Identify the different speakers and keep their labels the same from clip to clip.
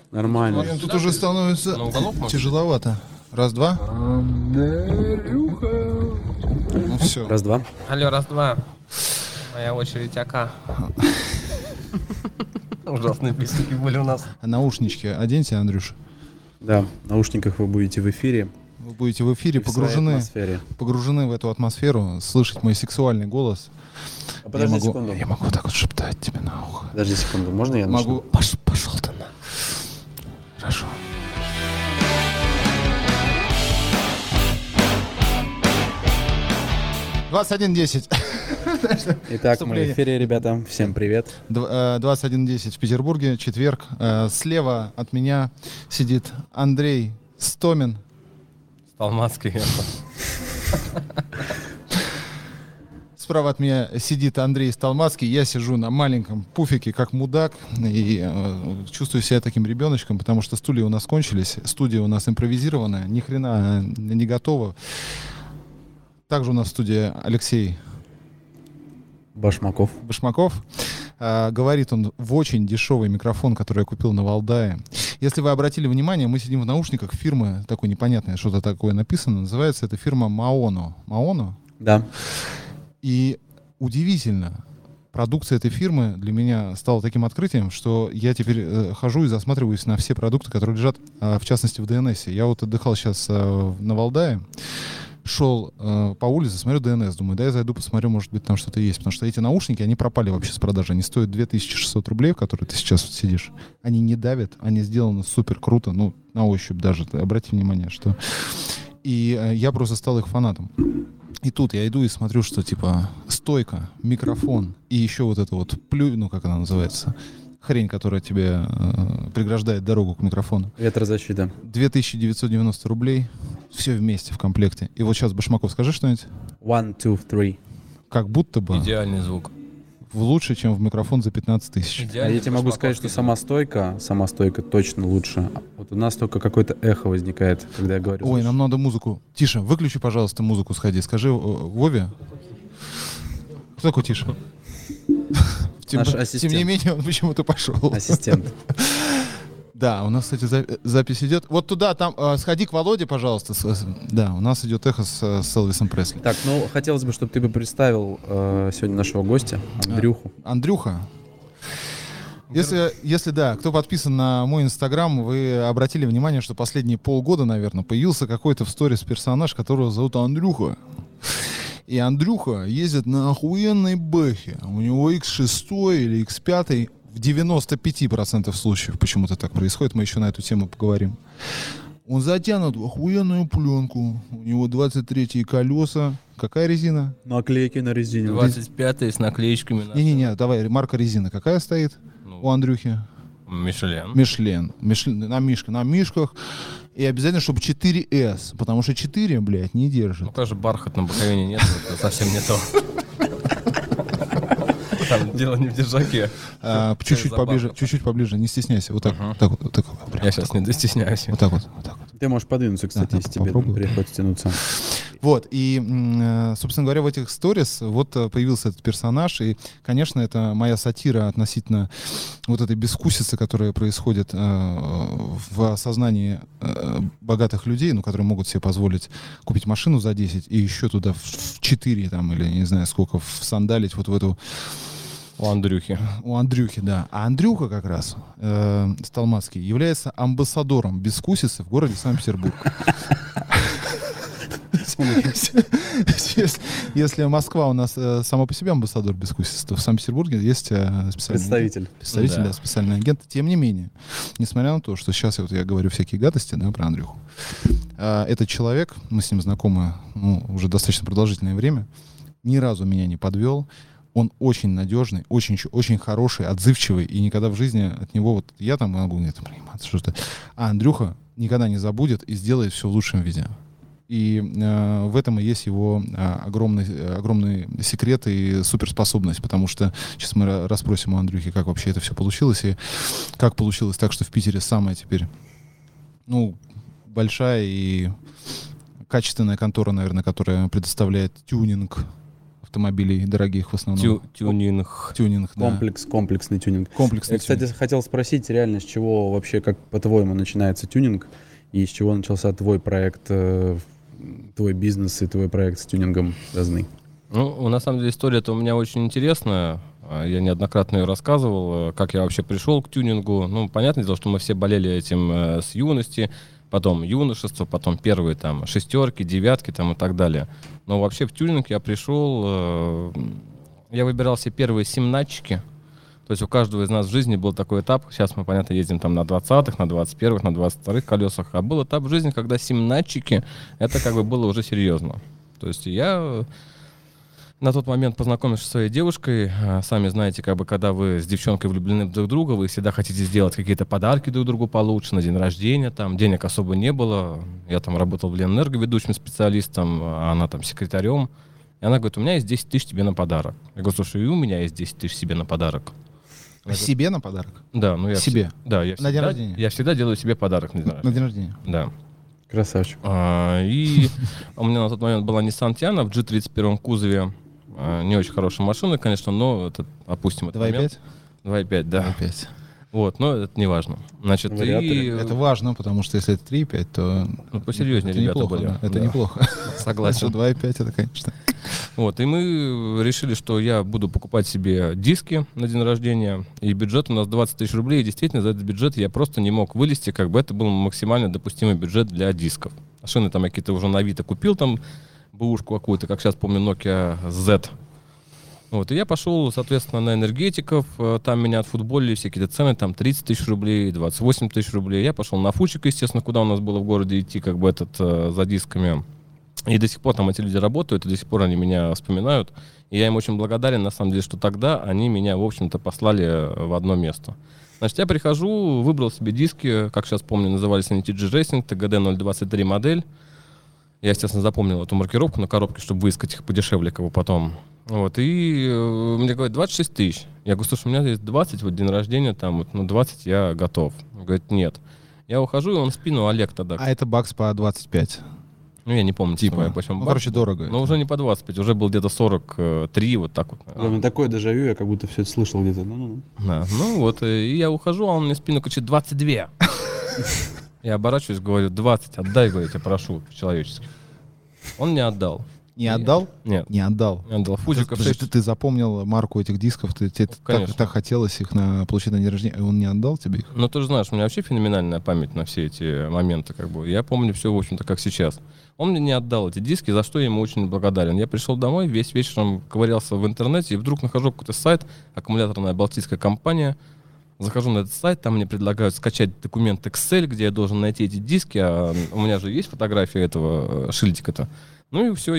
Speaker 1: Нормально.
Speaker 2: Блин, тут уже становится тяжеловато. Раз, два. Ну все.
Speaker 1: Раз, два.
Speaker 3: Алло, раз, два. Моя очередь, ака. Ужасные песенки были у нас.
Speaker 2: Наушнички оденьте, Андрюш.
Speaker 1: Да, в наушниках вы будете в эфире.
Speaker 2: Вы будете в эфире погружены в эту атмосферу, слышать мой сексуальный голос.
Speaker 1: Подожди секунду.
Speaker 2: Я могу так вот шептать тебе на ухо.
Speaker 1: Подожди секунду, можно я начну?
Speaker 2: Могу. Пошел ты на. Хорошо. «21:10».
Speaker 1: Итак, мы в эфире, ребята. Всем привет.
Speaker 2: 21:10 в Петербурге, четверг. Слева от меня сидит Андрей Стомин.
Speaker 3: Сталмацкий.
Speaker 2: Справа от меня сидит Андрей Сталмацкий. Я сижу на маленьком пуфике, как мудак, и чувствую себя таким ребеночком, потому что стулья у нас кончились, студия у нас импровизированная, ни хрена не готова. Также у нас в студии Алексей
Speaker 1: Башмаков.
Speaker 2: Говорит он в очень дешевый микрофон, который я купил на Валдае. Если вы обратили внимание, мы сидим в наушниках фирмы такой непонятной, что-то такое написано. Называется эта фирма Маоно. Маоно?
Speaker 1: Да.
Speaker 2: И удивительно, продукция этой фирмы для меня стала таким открытием, что я теперь хожу и засматриваюсь на все продукты, которые лежат, в частности, в ДНС. Я вот отдыхал сейчас на Валдае. Шел по улице, смотрю ДНС, думаю, да я зайду, посмотрю, может быть, там что-то есть. Потому что эти наушники, они пропали вообще с продажи. Они стоят 2600 рублей, в которые ты сейчас вот сидишь. Они не давят, они сделаны супер круто, ну, на ощупь даже. Обрати внимание, что... И я просто стал их фанатом. И тут я иду и смотрю, что типа стойка, микрофон и еще вот это вот как она называется, хрень, которая тебе преграждает дорогу к микрофону.
Speaker 1: Ветрозащита.
Speaker 2: 2990 рублей. Все вместе в комплекте. И вот сейчас, Башмаков, скажи что-нибудь.
Speaker 1: 1, 2, 3.
Speaker 2: Как будто бы
Speaker 3: Идеальный звук.
Speaker 2: лучше, чем в микрофон за 15 тысяч.
Speaker 1: А я тебе могу сказать, что сама стойка точно лучше. Вот у нас только какое-то эхо возникает, когда я говорю.
Speaker 2: Ой, нам надо музыку. Тише, выключи, пожалуйста, музыку, сходи. Скажи Вове. Кто такой Тише?
Speaker 1: Наш ассистент.
Speaker 2: Тем не менее, он почему-то пошел.
Speaker 1: Ассистент.
Speaker 2: Да, у нас, кстати, запись идет. Вот туда, там, сходи к Володе, пожалуйста. Да, у нас идет эхо с Элвисом Пресли.
Speaker 1: Так, ну, хотелось бы, чтобы ты бы представил сегодня нашего гостя, Андрюху.
Speaker 2: Андрюха. Если да, кто подписан на мой инстаграм, вы обратили внимание, что последние полгода, наверное, появился какой-то в сторис персонаж, которого зовут Андрюха. И Андрюха ездит на охуенной бэхе. У него X6 или X5 в 95% случаев почему-то так происходит. Мы еще на эту тему поговорим. Он затянут в охуенную пленку. У него 23-е колеса. Какая резина?
Speaker 1: Наклейки на резине.
Speaker 3: 25-е с наклеечками.
Speaker 2: Не-не-не, давай, марка резины какая стоит у Андрюхи?
Speaker 3: Мишлен.
Speaker 2: На мишках. И обязательно, чтобы 4S, потому что 4, блядь, не держит.
Speaker 3: Ну, тоже бархат на боковине нет, это совсем не то. Там дело не в держаке.
Speaker 2: Чуть-чуть поближе, не стесняйся. Вот так.
Speaker 3: Я сейчас не достесняюсь.
Speaker 2: Вот так вот.
Speaker 1: Ты можешь подвинуться, кстати, если тебе приходится тянуться.
Speaker 2: Вот, и, собственно говоря, в этих сторис вот появился этот персонаж, и, конечно, это моя сатира относительно вот этой безвкусицы, которая происходит в сознании богатых людей, ну, которые могут себе позволить купить машину за 10 и еще туда в 4, там, или не знаю сколько, всандалить вот в эту...
Speaker 3: У Андрюхи,
Speaker 2: да. А Андрюха как раз, Сталмацкий, является амбассадором безвкусицы в городе Санкт-Петербург. Если Москва у нас сама по себе амбассадор безвкусицы, то в Санкт-Петербурге есть
Speaker 1: представитель,
Speaker 2: да, специальный агент. Тем не менее, несмотря на то, что сейчас я говорю всякие гадости, да, про Андрюху, этот человек, мы с ним знакомы уже достаточно продолжительное время, ни разу меня не подвел. Он очень надежный, очень, очень хороший, отзывчивый, и никогда в жизни от него вот я там могу где-то приниматься что-то. А Андрюха никогда не забудет и сделает все в лучшем виде. И в этом и есть его огромный секрет и суперспособность, потому что сейчас мы расспросим у Андрюхи, как вообще это все получилось, и как получилось так, что в Питере самая теперь, большая и качественная контора, наверное, которая предоставляет тюнинг автомобилей дорогих в основном.
Speaker 3: Тюнинг.
Speaker 2: Тюнинг, да.
Speaker 1: Комплексный тюнинг.
Speaker 2: Комплексный
Speaker 1: Я, кстати,
Speaker 2: тюнинг.
Speaker 1: хотел спросить реально, с чего вообще, как по-твоему, начинается тюнинг, и с чего начался твой проект, твой бизнес и твой проект с тюнингом связанный?
Speaker 3: Ну, на самом деле история-то у меня очень интересная. Я неоднократно ее рассказывал, как я вообще пришел к тюнингу. Ну, понятное дело, что мы все болели этим с юности, потом юношество, потом первые там шестерки, девятки там и так далее. Но вообще в тюнинг я пришел, я выбирал себе первые 17-чики. То есть у каждого из нас в жизни был такой этап. Сейчас мы, понятно, ездим там на 20-х, на 21-х, на 22-х колесах. А был этап в жизни, когда 17-чики, это как бы было уже серьезно. То есть я на тот момент познакомился со своей девушкой. Сами знаете, как бы, когда вы с девчонкой влюблены друг в друга, вы всегда хотите сделать какие-то подарки друг другу получше на день рождения. Там денег особо не было. Я там работал в Ленэнерго ведущим специалистом, а она там секретарем. И она говорит, у меня есть 10 тысяч тебе на подарок. Я говорю, слушай, и у меня есть 10 тысяч себе на подарок.
Speaker 2: Себе на подарок?
Speaker 3: Да, ну я
Speaker 2: себе?
Speaker 3: Да, я
Speaker 2: на день рождения?
Speaker 3: Я всегда делаю себе подарок на день рождения.
Speaker 2: На день рождения?
Speaker 3: Да.
Speaker 1: Красавчик.
Speaker 3: И у меня на тот момент была Nissan Tiana в G31 кузове. Не очень хорошая машина, конечно, но это, опустим этот момент.
Speaker 2: 2,5?
Speaker 3: 2,5, да.
Speaker 2: 2,5.
Speaker 3: Вот, но это не важно. Значит, и...
Speaker 2: Это важно, потому что если это 3,5, то...
Speaker 3: Ну, посерьезнее
Speaker 2: это
Speaker 3: ребята
Speaker 2: неплохо,
Speaker 3: были.
Speaker 2: Да. Это
Speaker 3: Да.
Speaker 2: неплохо.
Speaker 3: Согласен.
Speaker 2: 2,5 это, конечно.
Speaker 3: Вот, и мы решили, что я буду покупать себе диски на день рождения, и бюджет у нас 20 тысяч рублей, и действительно за этот бюджет я просто не мог вылезти, как бы это был максимально допустимый бюджет для дисков. Шины там я какие-то уже на Авито купил, там, бэушку какую-то, как сейчас помню, Nokia Z. Вот, и я пошел, соответственно, на энергетиков, там меня отфутболили все какие-то цены, там 30 тысяч рублей, 28 тысяч рублей. Я пошел на Фучик, естественно, куда у нас было в городе идти, как бы за дисками. И до сих пор там эти люди работают, и до сих пор они меня вспоминают. И я им очень благодарен, на самом деле, что тогда они меня, в общем-то, послали в одно место. Значит, я прихожу, выбрал себе диски, как сейчас помню, назывались они TG Racing, TGD 023 модель. Я, естественно, запомнил эту маркировку на коробке, чтобы выискать их подешевле кого потом. Вот, и мне говорят, 26 тысяч. Я говорю, слушай, у меня есть 20, вот день рождения, там, вот, ну, 20 я готов. Он говорит, нет. Я ухожу, и он в спину Олег тогда.
Speaker 2: А это бакс по 25?
Speaker 3: Ну, я не помню,
Speaker 2: типа.
Speaker 3: Почему.
Speaker 2: Короче, дорого.
Speaker 3: Но уже не по 25, уже был где-то 43, вот так вот.
Speaker 1: Прям такое дежавю, я как будто все это слышал где-то.
Speaker 3: Да, ну вот, и я ухожу, а он мне в спину кричит, 22. Я оборачиваюсь, говорю, 20, отдай, говорю, я тебя прошу, по-человечески. Он не отдал.
Speaker 2: Не отдал?
Speaker 3: Нет.
Speaker 2: Не отдал.
Speaker 3: Не отдал. Фузиков 6.
Speaker 2: Ты запомнил марку этих дисков, тебе так хотелось их получить на день рождения, и он не отдал тебе их?
Speaker 3: Ну, ты же знаешь, у меня вообще феноменальная память на все эти моменты, как бы. Я помню все, в общем-то, как сейчас. Он мне не отдал эти диски, за что я ему очень благодарен. Я пришел домой, весь вечером ковырялся в интернете, и вдруг нахожу какой-то сайт, аккумуляторная балтийская компания. Захожу на этот сайт, там мне предлагают скачать документ Excel, где я должен найти эти диски, а у меня же есть фотография этого шильдика-то. Ну и все,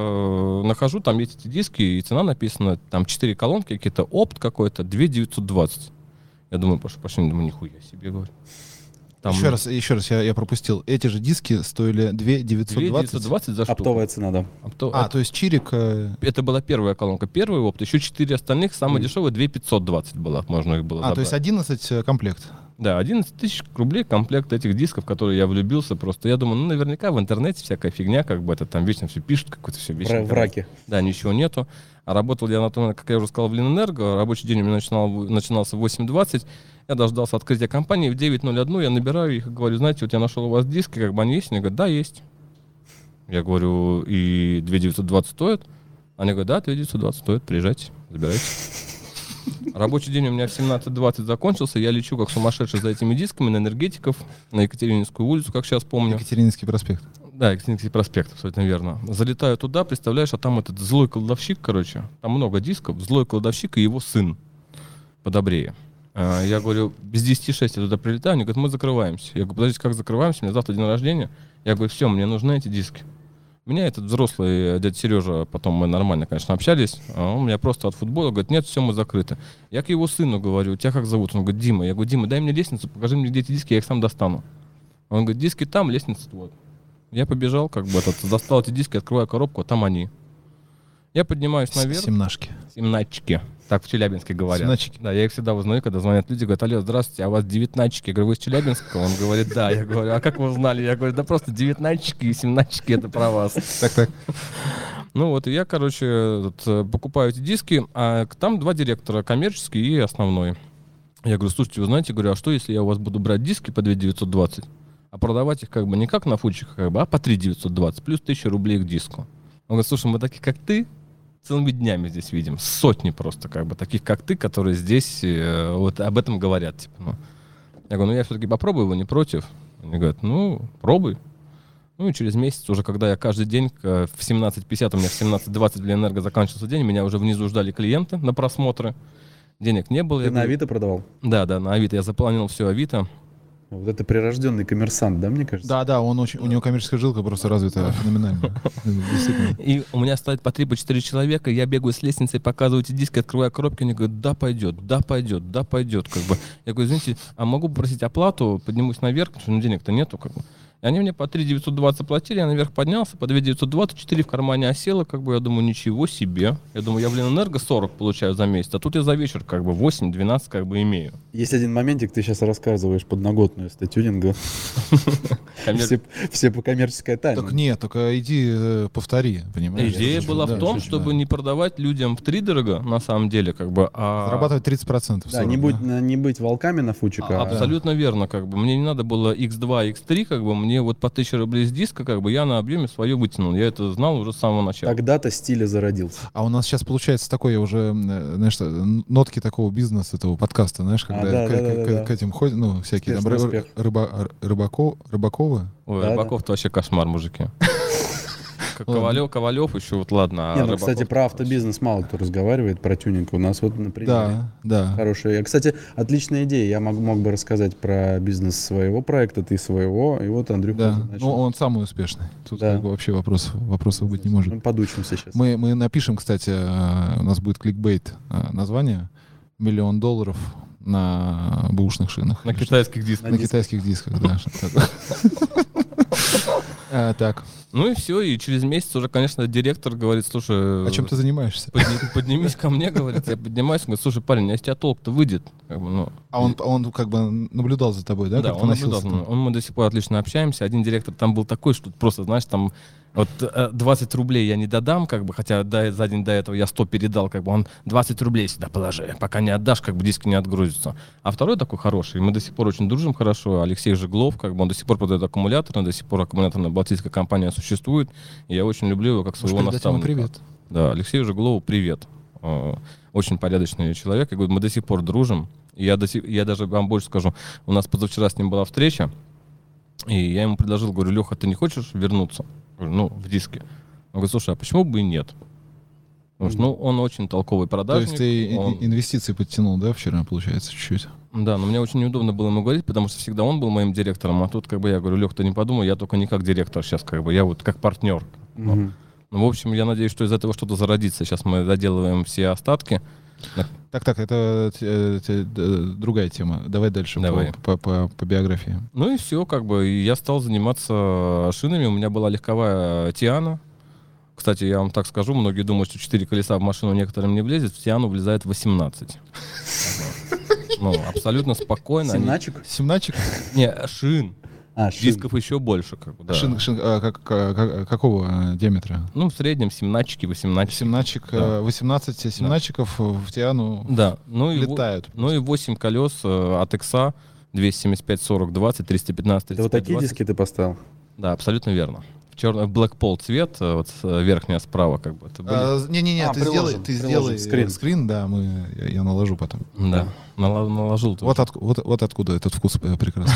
Speaker 3: я нахожу, там есть эти диски, и цена написана, там 4 колонки, какие-то опт какой-то, 2 920. Я думаю, пошли, думаю, нихуя себе, говорю. Там...
Speaker 2: Еще раз, я пропустил. Эти же диски стоили 2 920?
Speaker 3: 2 920 за штуку.
Speaker 1: Оптовая цена, да.
Speaker 2: То есть чирик...
Speaker 3: Это была первая колонка, первый опт, еще 4 остальных, самая дешевая 2 520 была, можно их было забрать.
Speaker 2: То есть 11 комплект?
Speaker 3: Да, 11 тысяч рублей комплект этих дисков, в которые я влюбился просто. Я думаю, ну, наверняка в интернете всякая фигня, как бы это там вечно все пишут, какое-то все вечно.
Speaker 1: Враки.
Speaker 3: Да, ничего нету. А работал я на том, как я уже сказал, в Ленэнерго. Рабочий день у меня начинался в 8:20. Я дождался открытия компании. В 9:01 я набираю их и говорю, знаете, вот я нашел у вас диски, как бы они есть? Они говорят, да, есть. Я говорю, и 2 920 стоит? Они говорят, да, 2 920 стоит, приезжайте, забирайте. Рабочий день у меня в 17:20 закончился. Я лечу как сумасшедший за этими дисками на энергетиков, на Екатерининскую улицу, как сейчас помню.
Speaker 2: Екатерининский проспект.
Speaker 3: Да, Екатерининский проспект, абсолютно верно. Залетаю туда, представляешь, а там этот злой кладовщик, короче, там много дисков, злой кладовщик и его сын подобрее. Я говорю, без 10:06 я туда прилетаю, они говорят, мы закрываемся. Я говорю, подождите, как закрываемся, у меня завтра день рождения. Я говорю, все, мне нужны эти диски. Меня этот взрослый дядя Сережа, потом мы нормально, конечно, общались, а он меня просто от футбола говорит, нет, все, мы закрыты. Я к его сыну говорю, тебя как зовут? Он говорит, Дима. Я говорю, Дима, дай мне лестницу, покажи мне, где эти диски, я их сам достану. Он говорит, диски там, лестница вот. Я побежал, как бы, достал эти диски, открываю коробку, а там они. Я поднимаюсь наверх. Семнадцатчики. Так в Челябинске говорят.
Speaker 2: 17-чики.
Speaker 3: Да, я их всегда узнаю, когда звонят люди, говорят, алло, здравствуйте, а у вас 19-чики? Я говорю, вы из Челябинска? Он говорит, да. Я говорю, а как вы узнали? Я говорю, да просто 19-чики и 17-чики, это про вас.
Speaker 2: Так.
Speaker 3: Ну вот, и я, короче, покупаю эти диски, а там 2 директора, коммерческий и основной. Я говорю, слушайте, вы знаете, говорю, а что, если я у вас буду брать диски по 2920, а продавать их как бы не как на фучиках, как бы, а по 3920, плюс 1000 рублей к диску. Он говорит, слушай, мы такие, как ты, целыми днями здесь видим, сотни просто, как бы, таких, как ты, которые здесь вот об этом говорят, типа, ну. Я говорю, ну я все-таки попробую, вы не против? Они говорят, ну, пробуй. Ну и через месяц уже, когда я каждый день в 17:50, у меня в 17:20 для Энерго заканчивался день, меня уже внизу ждали клиенты на просмотры. Денег не было.
Speaker 1: Ты на Авито продавал?
Speaker 3: Да, на Авито. Я запланировал все Авито.
Speaker 1: Вот это прирожденный коммерсант, да, мне кажется?
Speaker 2: Да, у него коммерческая жилка просто развита феноменально. Действительно.
Speaker 3: И у меня стоит по 3-4 человека, я бегаю с лестницей, показываю эти диски, открываю коробки, они говорят, да, пойдет, как бы. Я говорю, извините, а могу попросить оплату, поднимусь наверх, потому что денег-то нету, как бы. И они мне по 3 920 платили, я наверх поднялся, по 2 920, 4 в кармане осело, как бы, я думаю, ничего себе. Я думаю, я, Энерго 40 получаю за месяц, а тут я за вечер, как бы, 8-12, как бы, имею.
Speaker 1: Есть один моментик, ты сейчас рассказываешь подноготную статюнинга. Все по коммерческой тайне.
Speaker 2: Так нет, только иди повтори, понимаешь?
Speaker 3: Идея была в том, чтобы не продавать людям втридорога, на самом деле, как бы, а...
Speaker 2: Зарабатывать 30%.
Speaker 1: Да, не быть волками на фучика.
Speaker 3: Абсолютно верно, как бы. Мне не надо было X2, X3, как бы, мне вот по 1000 рублей с диска, как бы, я на объеме свое вытянул. Я это знал уже с самого начала.
Speaker 1: Тогда-то стиль зародился.
Speaker 2: А у нас сейчас получается такое уже, знаешь, нотки такого бизнеса, этого подкаста, знаешь, когда к этим ходят, ну, всякие там Рыбаковы.
Speaker 3: Ой, Рыбаков-то вообще кошмар, мужики. Ковалев еще, вот ладно.
Speaker 1: Не, ну, кстати, про автобизнес мало кто разговаривает, про тюнинг. У нас вот, например, хорошая. Кстати, отличная идея. Я мог бы рассказать про бизнес своего проекта, ты своего, и вот Андрюха.
Speaker 2: Да, ну он самый успешный. Тут как бы вообще вопросов быть не может.
Speaker 1: Мы подучимся сейчас.
Speaker 2: Мы напишем, кстати, у нас будет кликбейт название $1 миллион на бэушных шинах.
Speaker 3: На китайских дисках.
Speaker 2: На китайских дисках, да. Так.
Speaker 3: Ну и все, и через месяц уже, конечно, директор говорит, слушай...
Speaker 2: А чем ты занимаешься?
Speaker 3: Поднимись ко мне, говорит, я поднимаюсь, говорит, слушай, парень, а из тебя толк-то выйдет. Как бы, ну.
Speaker 2: А он как бы наблюдал за тобой, да?
Speaker 3: Да, он наблюдал. Мы до сих пор отлично общаемся. Один директор там был такой, что просто, знаешь, там... Вот 20 рублей я не додам, как бы, хотя за день до этого я 100 передал, как бы, он 20 рублей сюда положи, пока не отдашь, как бы диски не отгрузятся. А второй такой хороший, мы до сих пор очень дружим хорошо, Алексей Жиглов, как бы, он до сих пор продает аккумуляторы, до сих пор аккумуляторная балтийская компания существует, и я очень люблю его как своего наставника.
Speaker 2: Привет.
Speaker 3: Да, Алексею Жиглову привет. Очень порядочный человек, я говорю, мы до сих пор дружим, и я даже вам больше скажу, у нас позавчера с ним была встреча, и я ему предложил, говорю, Леха, ты не хочешь вернуться? Ну, в диске. Он говорит, слушай, а почему бы и нет? Потому что, ну, он очень толковый продажник.
Speaker 2: То есть ты инвестиции подтянул, да, вчера, получается, чуть-чуть?
Speaker 3: Да, но мне очень неудобно было ему говорить, потому что всегда он был моим директором, а тут, как бы, я говорю, Лех, ты не подумай, я только не как директор сейчас, как бы, я вот как партнер. Ну, в общем, я надеюсь, что из этого что-то зародится. Сейчас мы доделываем все остатки.
Speaker 2: Так, это другая тема. Давай дальше.
Speaker 3: Давай.
Speaker 2: По биографии.
Speaker 3: Ну и все, как бы. И я стал заниматься шинами. У меня была легковая Тиана. Кстати, я вам так скажу, многие думают, что 4 колеса в машину некоторым не влезет. В Тиану влезает 18. Ну, абсолютно спокойно.
Speaker 2: Семначек?
Speaker 3: Не, шин. Дисков
Speaker 1: шин.
Speaker 3: еще больше, как бы, да.
Speaker 2: Шин какого диаметра?
Speaker 3: Ну, в среднем 17-ки, 18.
Speaker 2: 18 семначиков в Тиану летают.
Speaker 3: Ну и 8 колес от Икса, 275, 40, 20, 315, 35,
Speaker 1: вот такие
Speaker 3: 20.
Speaker 1: диски ты поставил?
Speaker 3: Да, абсолютно верно. В Black Pole цвет, вот верхняя справа, как бы.
Speaker 2: Ты сделай скрин, да, я наложу потом.
Speaker 3: Да, наложил.
Speaker 2: Вот откуда этот вкус прекрасный.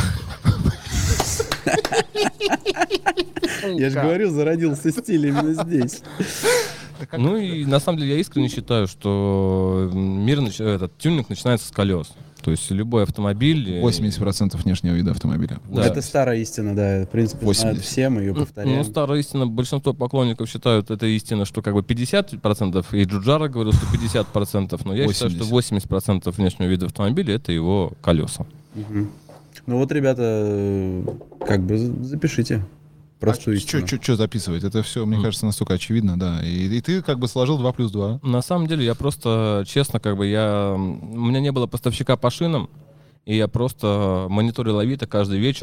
Speaker 1: Я же говорю, зародился стиль именно здесь.
Speaker 3: Ну и на самом деле я искренне считаю, что тюнинг начинается с колес. То есть любой автомобиль...
Speaker 2: 80% внешнего вида автомобиля.
Speaker 1: Да. Это старая истина, да. В принципе, знают все, мы ее повторяем.
Speaker 3: Ну, старая истина, большинство поклонников считают, это истина, что как бы 50%, и Джуджара говорил, что 50%, но я считаю, что 80% внешнего вида автомобиля — это его колеса.
Speaker 1: Угу. Ну вот, ребята, как бы запишите. Простую истину.
Speaker 2: Что записывать? Это все, мне кажется, настолько очевидно, да. И ты как бы сложил 2 плюс 2.
Speaker 3: На самом деле, я просто, честно, как бы у меня не было поставщика по шинам, и я просто мониторил Авито каждый вечер,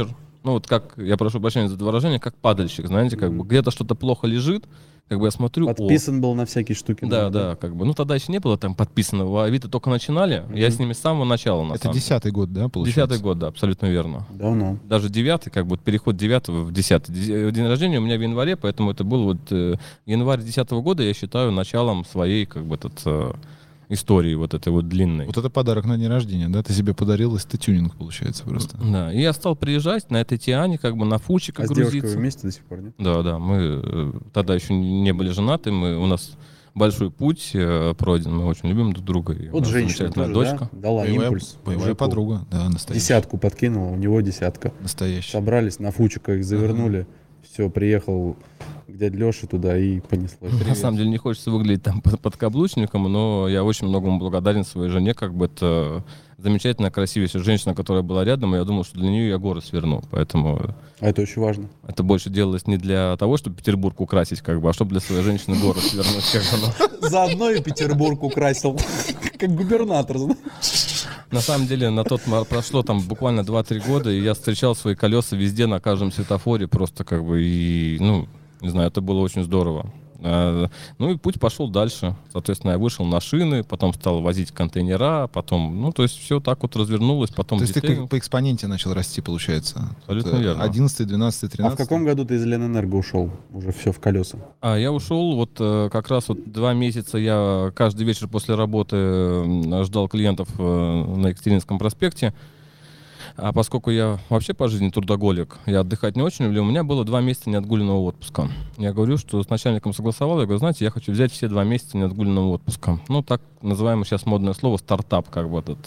Speaker 3: ну вот как, я прошу прощения за это выражение, как падальщик, знаете, как бы где-то что-то плохо лежит, как бы я смотрю...
Speaker 1: Подписан был на всякие штуки.
Speaker 3: Да, как бы, ну тогда еще не было там подписанного, Авито только начинали, я с ними с самого начала, на
Speaker 2: Это 10-й год, да, получается?
Speaker 3: 10-й год, да, абсолютно верно.
Speaker 1: Давно.
Speaker 3: Даже 9-й, как бы переход 9-го в 10-й. День рождения у меня в январе, поэтому это был вот январь 10-го года, я считаю, началом своей, как бы, истории вот этой вот длинной.
Speaker 2: Вот это подарок на день рождения, да? Ты себе подарил тюнинг, получается, просто.
Speaker 3: Да, и я стал приезжать на этой Тиане, как бы на фучиках грузиться.
Speaker 1: С девушкой вместе до сих пор, нет?
Speaker 3: Да, мы тогда еще не были женаты, у нас большой путь пройден, мы очень любим друг друга.
Speaker 1: Вот женщина тоже, дочка. Да? Дала импульс.
Speaker 2: Боевая подруга, да, настоящая.
Speaker 1: 10 подкинула, у него 10.
Speaker 2: Настоящая.
Speaker 1: Собрались, на фучиках их завернули. Все, приехал к дяде Леше туда и понесло.
Speaker 3: На самом деле не хочется выглядеть там подкаблучником, но я очень многому благодарен своей жене, как бы это замечательная, красивейшая женщина, которая была рядом, и я думал, что для нее я горы сверну, поэтому...
Speaker 1: А это очень важно.
Speaker 3: Это больше делалось не для того, чтобы Петербург украсить, как бы, а чтобы для своей женщины горы свернуть. Как бы,
Speaker 1: заодно и Петербург украсил, как губернатор, знаешь.
Speaker 3: На самом деле, прошло там буквально 2-3 года, и я встречал свои колеса везде, на каждом светофоре, просто как бы, и, не знаю, это было очень здорово. Ну и путь пошел дальше. Соответственно, я вышел на шины, потом стал возить контейнера, потом, то есть все так вот развернулось, потом...
Speaker 2: То есть ты по экспоненте начал расти, получается?
Speaker 3: Абсолютно верно.
Speaker 2: 11, 12, 13.
Speaker 1: А в каком году ты из Ленэнерго ушел? Уже все в колеса.
Speaker 3: Я ушел, вот как раз вот 2 месяца я каждый вечер после работы ждал клиентов на Екатерининском проспекте. А поскольку я вообще по жизни трудоголик, я отдыхать не очень люблю, у меня было 2 месяца неотгуленного отпуска. Я говорю, что с начальником согласовал, я говорю, знаете, я хочу взять все 2 месяца неотгуленного отпуска. Так называемое сейчас модное слово стартап, как бы этот.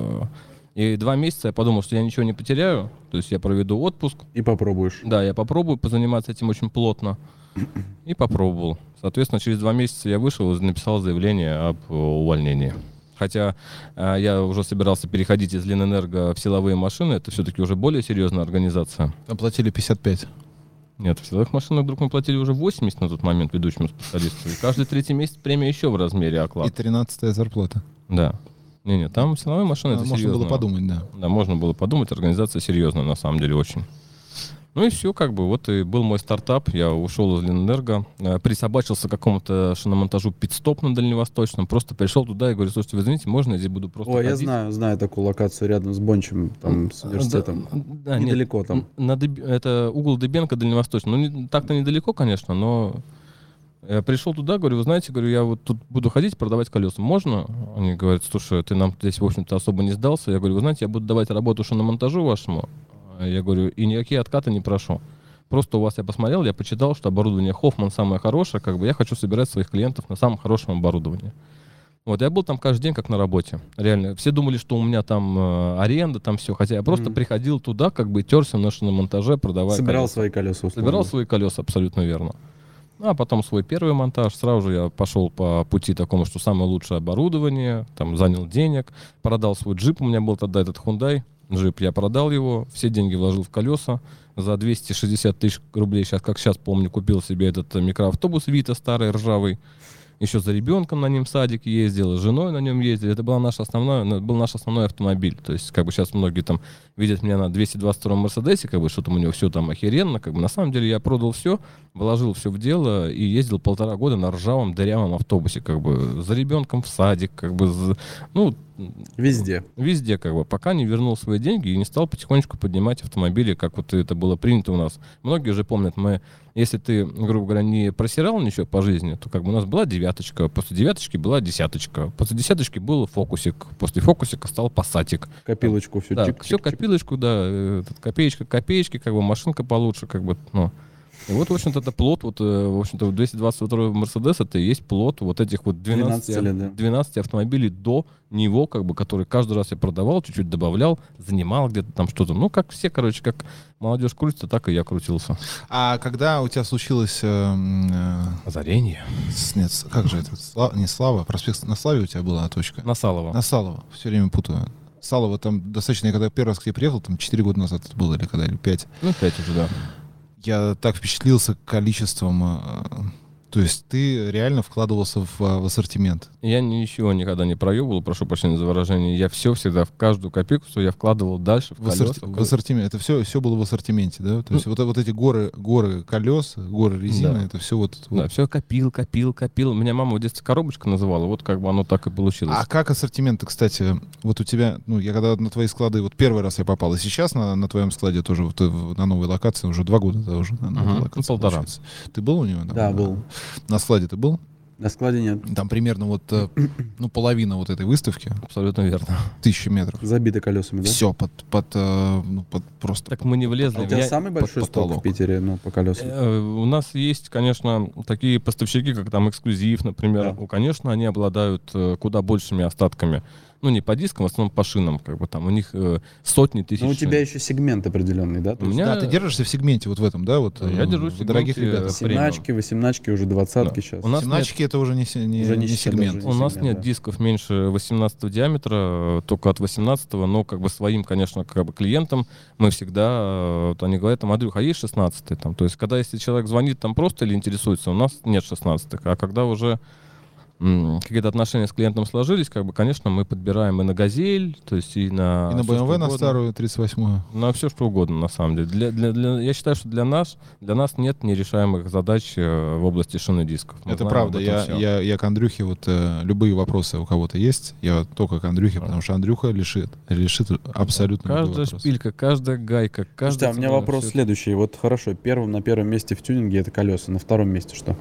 Speaker 3: И 2 месяца я подумал, что я ничего не потеряю, то есть я проведу отпуск.
Speaker 1: И попробуешь.
Speaker 3: Да, я попробую позаниматься этим очень плотно. И попробовал. Соответственно, через 2 месяца я вышел и написал заявление об увольнении. Хотя я уже собирался переходить из Ленэнерго в силовые машины, это все-таки уже более серьезная организация.
Speaker 2: Там платили 55.
Speaker 3: Нет, в силовых машинах вдруг мы платили уже 80 на тот момент ведущему специалисту. И каждый 3-й месяц премия еще в размере оклад.
Speaker 2: И 13-я зарплата.
Speaker 3: Да. Не, там силовые машины это серьезно.
Speaker 2: Можно было подумать, да.
Speaker 3: Да, можно было подумать, организация серьезная на самом деле очень. Ну и все, как бы, вот и был мой стартап, я ушел из Ленэнерго, присобачился к какому-то шиномонтажу Питстоп на Дальневосточном, просто пришел туда и говорю, слушайте, вы извините, можно я здесь буду просто ходить?
Speaker 1: Я знаю такую локацию рядом с Бончем, там, с университетом,
Speaker 3: да,
Speaker 1: недалеко
Speaker 3: нет,
Speaker 1: там.
Speaker 3: Это угол Дыбенко, Дальневосточный, так-то недалеко, конечно, но я пришел туда, говорю, вы знаете, я вот тут буду ходить, продавать колеса, можно? Они говорят, слушай, ты нам здесь, в общем-то, особо не сдался, я говорю, вы знаете, я буду давать работу шиномонтажу вашему. Я говорю, и никакие откаты не прошу. Просто у вас я посмотрел, я почитал, что оборудование Хоффман самое хорошее, как бы я хочу собирать своих клиентов на самом хорошем оборудовании. Вот, я был там каждый день как на работе. Реально. Все думали, что у меня там аренда, там все. Хотя я просто приходил туда, как бы терся на шиномонтаже, продавая
Speaker 1: Собирал свои колеса.
Speaker 3: Собирал свои колеса, абсолютно верно. А потом свой первый монтаж. Сразу же я пошел по пути такому, что самое лучшее оборудование, там занял денег, продал свой джип. У меня был тогда этот Hyundai. Джип, я продал его, все деньги вложил в колеса, за 260 тысяч рублей, сейчас помню, купил себе этот микроавтобус Вита старый, ржавый, еще за ребенком на нем в садик ездил, с женой на нем ездили, это был наш основной автомобиль, то есть как бы сейчас многие там видят меня на 222-м Мерседесе, как бы что там у него все там охеренно, как бы на самом деле я продал все, вложил все в дело и ездил 1,5 года на ржавом дырявом автобусе, как бы за ребенком в садик, как бы, Везде, как бы, пока не вернул свои деньги и не стал потихонечку поднимать автомобили, как вот это было принято у нас. Многие же помнят, если ты, грубо говоря, не просирал ничего по жизни, то как бы у нас была 9, после 9 была 10, после 10 был фокусик, после фокусика стал пассатик.
Speaker 1: Копилочку все.
Speaker 3: Да, все копилочку, да, копеечка к копеечке, как бы машинка получше, как бы, И вот, в общем-то, это плод, в общем-то, 222 Мерседес, это и есть плод вот этих вот 12 автомобилей до него, как бы, которые каждый раз я продавал, чуть-чуть добавлял, занимал где-то там что-то. Как все, как молодежь крутится, так и я крутился.
Speaker 2: А когда у тебя случилось...
Speaker 3: озарение?
Speaker 2: Нет, как же это? Не Слава, проспект на Славе у тебя была точка?
Speaker 3: На Салово,
Speaker 2: все время путаю. Салово там достаточно, я когда первый раз к тебе приехал, там 4 года назад это было, или 5?
Speaker 3: 5 уже, да.
Speaker 2: Я так впечатлился количеством... То есть ты реально вкладывался в ассортимент?
Speaker 3: Я ничего никогда не проебывал, прошу прощения за выражение. Я все всегда, в каждую копейку, что я вкладывал дальше в колеса.
Speaker 2: В ассортимент. Это все было в ассортименте, да? То есть вот эти горы колес, горы резины, это все вот...
Speaker 3: Да, все копил. Меня мама в детстве коробочка называла, вот как бы оно так и получилось.
Speaker 2: А как ассортимент, кстати, вот у тебя, я когда на твои склады, вот первый раз я попал, и сейчас на твоем складе тоже, вот, на новой локации, уже 2 года, да, уже на новой локации.
Speaker 3: 1,5.
Speaker 2: Получается. Ты был у него?
Speaker 1: Да, был.
Speaker 2: На складе ты был?
Speaker 1: На складе нет.
Speaker 2: Там примерно вот половина вот этой выставки.
Speaker 3: Абсолютно верно.
Speaker 2: 1000 метров.
Speaker 1: Забито колесами, да?
Speaker 2: Все под просто.
Speaker 3: Так мы не влезли.
Speaker 1: А у тебя самый большой сток в Питере, по колесам?
Speaker 3: У нас есть, конечно, такие поставщики, как там Эксклюзив, например. Да. Конечно, они обладают куда большими остатками. Не по дискам, в основном по шинам, как бы там у них сотни тысяч.
Speaker 1: Но у тебя еще сегмент определенный, да?
Speaker 2: Да, ты держишься в сегменте вот в этом, да? Вот,
Speaker 3: я держусь в
Speaker 2: дорогих ребят.
Speaker 1: 17-ки, 18-ки, уже 20-ки сейчас.
Speaker 3: У нас
Speaker 2: 17-ки это уже не сегмент.
Speaker 3: У нас нет дисков меньше 18 диаметра, только от 18, но как бы своим, конечно, как бы клиентам мы всегда, вот они говорят, Андрюха, а есть 16 там? То есть, когда если человек звонит там просто или интересуется, у нас нет 16-х, а когда уже какие-то отношения с клиентом сложились, как бы, конечно, мы подбираем и на «Газель», то есть и на...
Speaker 2: И на BMW, на старую 38-ю.
Speaker 3: На все, что угодно, на самом деле. Я считаю, что для нас нет нерешаемых задач в области шины дисков.
Speaker 2: Это правда. Я к Андрюхе, вот любые вопросы у кого-то есть, я только к Андрюхе, потому что Андрюха решит абсолютно любой вопрос.
Speaker 3: Каждая шпилька, каждая гайка,
Speaker 1: Слушайте, у меня вопрос следующий. Вот хорошо, на первом месте в тюнинге это колеса, на втором месте что?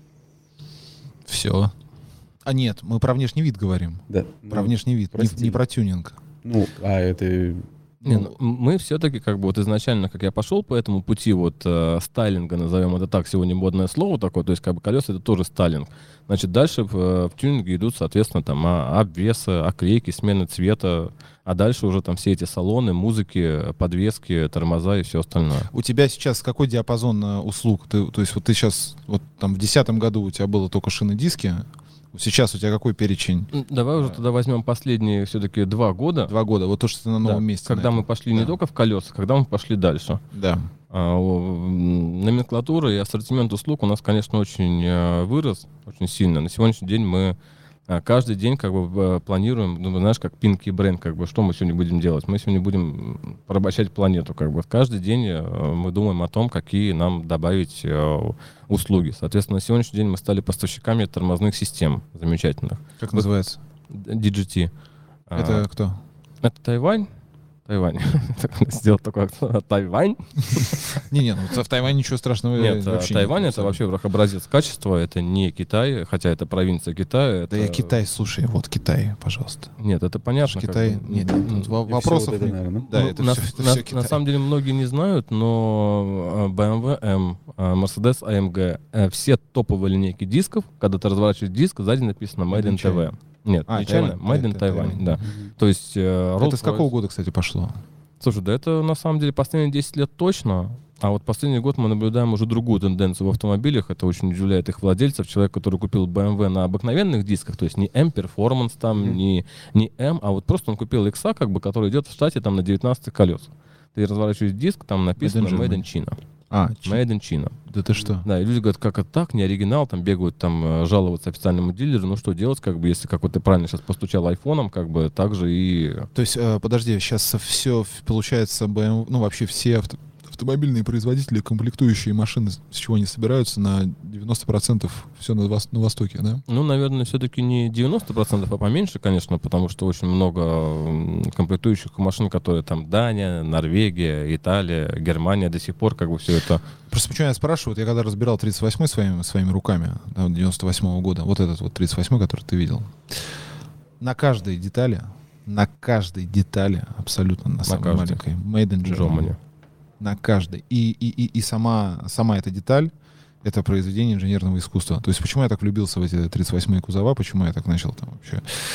Speaker 2: Все. А нет, мы про внешний вид говорим.
Speaker 1: Да.
Speaker 2: Про внешний вид, не про тюнинг.
Speaker 1: Это...
Speaker 3: мы все-таки как бы вот изначально, как я пошел по этому пути вот стайлинга, назовем это так, сегодня модное слово такое, то есть как бы колеса это тоже стайлинг. Значит, дальше в тюнинге идут, соответственно, там обвесы, оклейки, смены цвета, а дальше уже там все эти салоны, музыки, подвески, тормоза и все остальное.
Speaker 2: У тебя сейчас какой диапазон услуг? То есть вот ты сейчас, вот там в 2010 году у тебя было только шины-диски, сейчас у тебя какой перечень?
Speaker 3: Давай уже тогда возьмем последние все-таки 2 года.
Speaker 2: 2 года, вот то, что ты на новом месте.
Speaker 3: Когда мы пошли не только в колеса, когда мы пошли дальше.
Speaker 2: Да.
Speaker 3: Номенклатура и ассортимент услуг у нас, конечно, очень вырос, очень сильно. На сегодняшний день мы каждый день как бы планируем, знаешь, как Pinky Brain, как бы, что мы сегодня будем делать? Мы сегодня будем порабощать планету, как бы. Каждый день мы думаем о том, какие нам добавить услуги. Соответственно, на сегодняшний день мы стали поставщиками тормозных систем замечательных.
Speaker 2: Как называется?
Speaker 3: DGT.
Speaker 2: Это кто?
Speaker 3: Это Тайвань. Сделал такой акцент. Тайвань.
Speaker 2: В Тайване ничего страшного
Speaker 3: нет.
Speaker 2: Вообще
Speaker 3: Тайвань это вообще образец качества, это не Китай, хотя это провинция Китая.
Speaker 2: Да я Китай, слушай, вот Китай, пожалуйста.
Speaker 3: Нет, это понятно.
Speaker 2: Китай, нет, вопросов нет.
Speaker 3: Да, это все Китай. На самом деле многие не знают, но BMW M, Mercedes AMG, все топовые линейки дисков, когда ты разворачиваешь диск, сзади написано Made in TV. Нет, печально. Made in Taiwan, да. То есть...
Speaker 2: Это с какого года, кстати, пошло?
Speaker 3: Слушай, да это на самом деле последние 10 лет точно, а вот последний год мы наблюдаем уже другую тенденцию в автомобилях. Это очень удивляет их владельцев. Человек, который купил BMW на обыкновенных дисках, то есть не M Performance, там, не M, а вот просто он купил X, как бы, который идет в штате там на 19 колесах. Ты разворачиваешь диск, там написано Made in China. Made in China.
Speaker 2: Да ты что?
Speaker 3: Да, и люди говорят, как это так, не оригинал, там бегают, там жаловаться официальному дилеру, ну что делать, как бы, если, как вот ты правильно сейчас постучал айфоном, как бы, так же и...
Speaker 2: То есть, подожди, сейчас все, получается, BMW, вообще все автомобильные производители, комплектующие машины, с чего они собираются, на 90% все на Востоке, да?
Speaker 3: Наверное, все-таки не 90%, а поменьше, конечно, потому что очень много комплектующих машин, которые там Дания, Норвегия, Италия, Германия до сих пор, как бы все это...
Speaker 2: Просто почему я спрашиваю, я когда разбирал 38-й своими руками, 98-го года, вот этот вот 38-й, который ты видел, на каждой детали, абсолютно на самой маленькой, Made in Germany. На каждой. И сама эта деталь — это произведение инженерного искусства. То есть почему я так влюбился в эти 38-е кузова, почему я так начал там вообще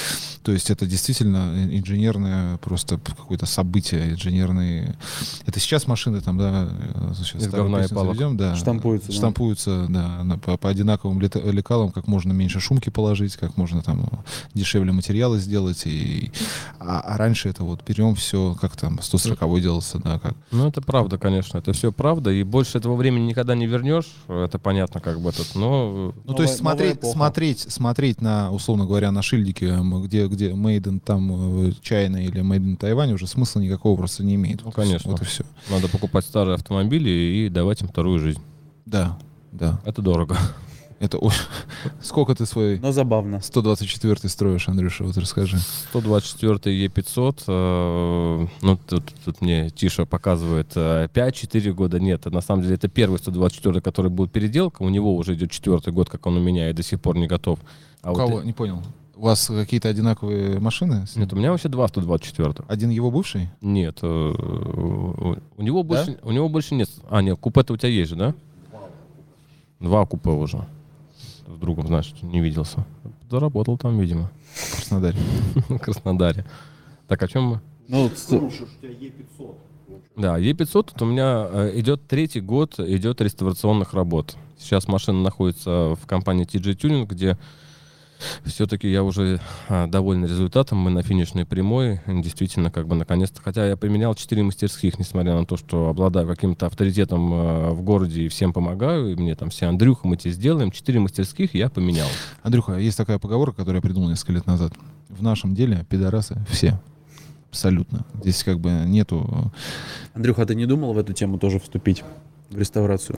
Speaker 2: То есть это действительно инженерное просто какое-то событие, инженерные... Это сейчас машины там, да, сейчас заведем, да, штампуются, да, по одинаковым лекалам, как можно меньше шумки положить, как можно там дешевле материалы сделать. А раньше это вот берем все, как там 140-й делался, да, как.
Speaker 3: Ну, это правда, конечно, это все правда, и больше этого времени никогда не вернешь, это понятно, как бы тут, но...
Speaker 2: Ну, то есть смотреть на, условно говоря, на шильдике, где Made in там China или Made in Taiwan, уже смысла никакого просто не имеет.
Speaker 3: Ну, конечно.
Speaker 2: Вот и все.
Speaker 3: Надо покупать старые автомобили и давать им вторую жизнь.
Speaker 2: Да.
Speaker 3: Это дорого.
Speaker 2: Это сколько ты свой...
Speaker 1: Но забавно.
Speaker 2: 124-й строишь, Андрюша, вот расскажи.
Speaker 3: 124-й E500, ну, тут мне Тиша показывает 5-4 года. Нет, на самом деле это первый 124-й, который был переделка. У него уже идет 4-й год, как он у меня, и до сих пор не готов.
Speaker 2: У кого? Не понял. У вас какие-то одинаковые машины?
Speaker 3: Нет, у меня вообще два 124-х.
Speaker 2: Один его бывший?
Speaker 3: Нет. У него больше нет. Нет, купе-то у тебя есть же, да? Два купе уже. С другом, значит, не виделся. Заработал там, видимо.
Speaker 2: В Краснодаре.
Speaker 3: В Краснодаре. Так, о чем мы?
Speaker 1: Ну,
Speaker 4: у тебя Е500.
Speaker 3: Да, Е500 тут у меня идет 3-й год, идет реставрационных работ. Сейчас машина находится в компании TG Tuning, где все-таки я уже доволен результатом. Мы на финишной прямой. Действительно, как бы наконец-то. Хотя я поменял 4 мастерских, несмотря на то, что обладаю каким-то авторитетом в городе и всем помогаю. И мне там все: Андрюха, мы тебе сделаем. 4 мастерских я поменял.
Speaker 2: Андрюха, есть такая поговорка, которую я придумал несколько лет назад. В нашем деле пидорасы все. Абсолютно. Здесь как бы нету...
Speaker 1: Андрюха, а ты не думал в эту тему тоже вступить? В реставрацию?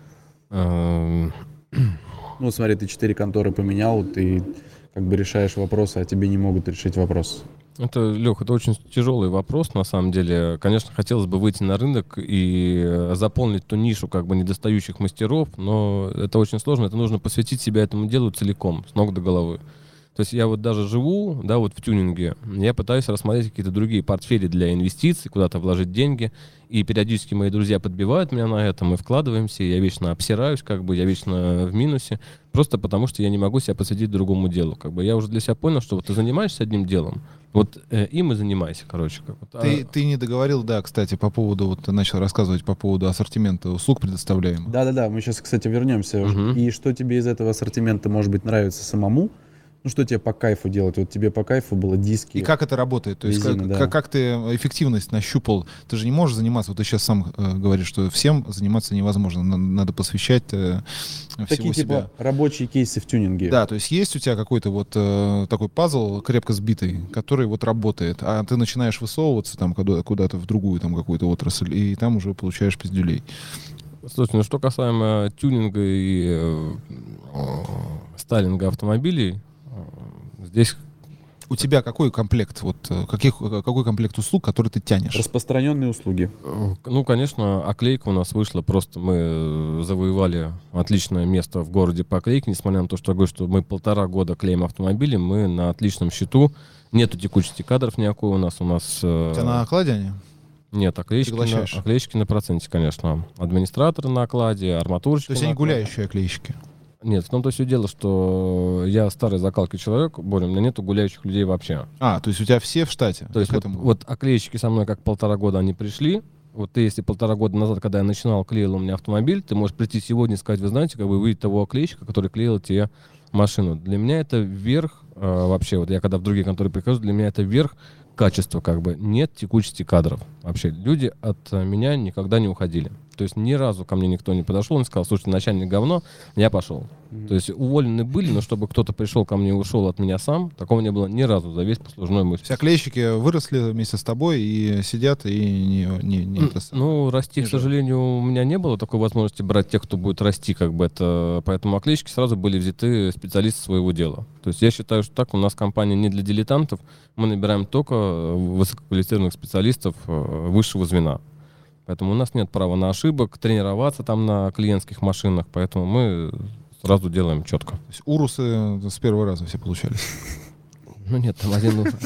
Speaker 1: Ну, смотри, ты 4 конторы поменял, ты как бы решаешь вопросы, а тебе не могут решить вопрос.
Speaker 3: Это, Лех, это очень тяжелый вопрос, на самом деле. Конечно, хотелось бы выйти на рынок и заполнить ту нишу как бы недостающих мастеров, но это очень сложно, это нужно посвятить себя этому делу целиком, с ног до головы. То есть я вот даже живу, да, вот в тюнинге, я пытаюсь рассмотреть какие-то другие портфели для инвестиций, куда-то вложить деньги, и периодически мои друзья подбивают меня на это, мы вкладываемся, я вечно обсираюсь, как бы, я вечно в минусе, просто потому что я не могу себя посвятить другому делу. Как бы я уже для себя понял, что вот ты занимаешься одним делом, вот им и занимайся, короче. Как вот.
Speaker 2: Ты не договорил, да, кстати, по поводу, вот ты начал рассказывать по поводу ассортимента услуг предоставляемых.
Speaker 1: Да-да-да, мы сейчас, кстати, вернемся. И что тебе из этого ассортимента, может быть, нравится самому? Ну, что тебе по кайфу делать? Вот тебе по кайфу было диски.
Speaker 2: И как это работает? То есть резина, как ты эффективность нащупал? Ты же не можешь заниматься, вот ты сейчас сам говоришь, что всем заниматься невозможно. Надо посвящать всего
Speaker 1: такие,
Speaker 2: себя.
Speaker 1: Типа рабочие кейсы в тюнинге.
Speaker 2: Да, то есть есть у тебя какой-то вот такой пазл крепко сбитый, который вот работает, а ты начинаешь высовываться там куда-то в другую там какую-то отрасль, и там уже получаешь пиздюлей.
Speaker 3: Слушайте, ну что касаемо тюнинга и стайлинга автомобилей, здесь...
Speaker 2: У тебя какой комплект, вот, какой комплект услуг, который ты тянешь?
Speaker 1: Распространенные услуги.
Speaker 3: Ну, конечно, оклейка у нас вышла, просто мы завоевали отличное место в городе по оклейке, несмотря на то, что я говорю, что мы 1,5 года клеим автомобили, мы на отличном счету, нету текучести кадров никакой у нас. У тебя
Speaker 2: на окладе они?
Speaker 3: Нет, оклейщики на проценте, конечно. Администраторы на окладе, арматурщики.
Speaker 2: То есть они гуляющие оклейщики?
Speaker 3: Нет, в том-то все дело, что я старой закалки человек, Боря, у меня нету гуляющих людей вообще.
Speaker 2: То есть у тебя все в штате?
Speaker 3: То есть вот оклейщики со мной как 1,5 года они пришли. Вот ты, если 1,5 года назад, когда я начинал, клеил у меня автомобиль, ты можешь прийти сегодня и сказать: вы знаете, как бы увидеть того оклейщика, который клеил тебе машину. Для меня это верх вообще, вот я когда в другие конторы прихожу, для меня это верх качества, как бы нет текучести кадров. Вообще люди от меня никогда не уходили. То есть ни разу ко мне никто не подошел и сказал: слушайте, начальник говно, я пошел. То есть уволены были, но чтобы кто-то пришел ко мне и ушел от меня сам, такого не было ни разу за весь послужной мой.
Speaker 2: Все клейщики выросли вместе с тобой и сидят и
Speaker 3: Ну, расти, к сожалению, у меня не было такой возможности брать тех, кто будет расти, как бы это. Поэтому оклейщики сразу были взяты специалисты своего дела. То есть я считаю, что так у нас компания не для дилетантов, мы набираем только высококвалифицированных специалистов высшего звена. Поэтому у нас нет права на ошибок, тренироваться там на клиентских машинах, поэтому мы сразу делаем четко. То
Speaker 2: есть урусы с первого раза все получались?
Speaker 3: Ну нет, там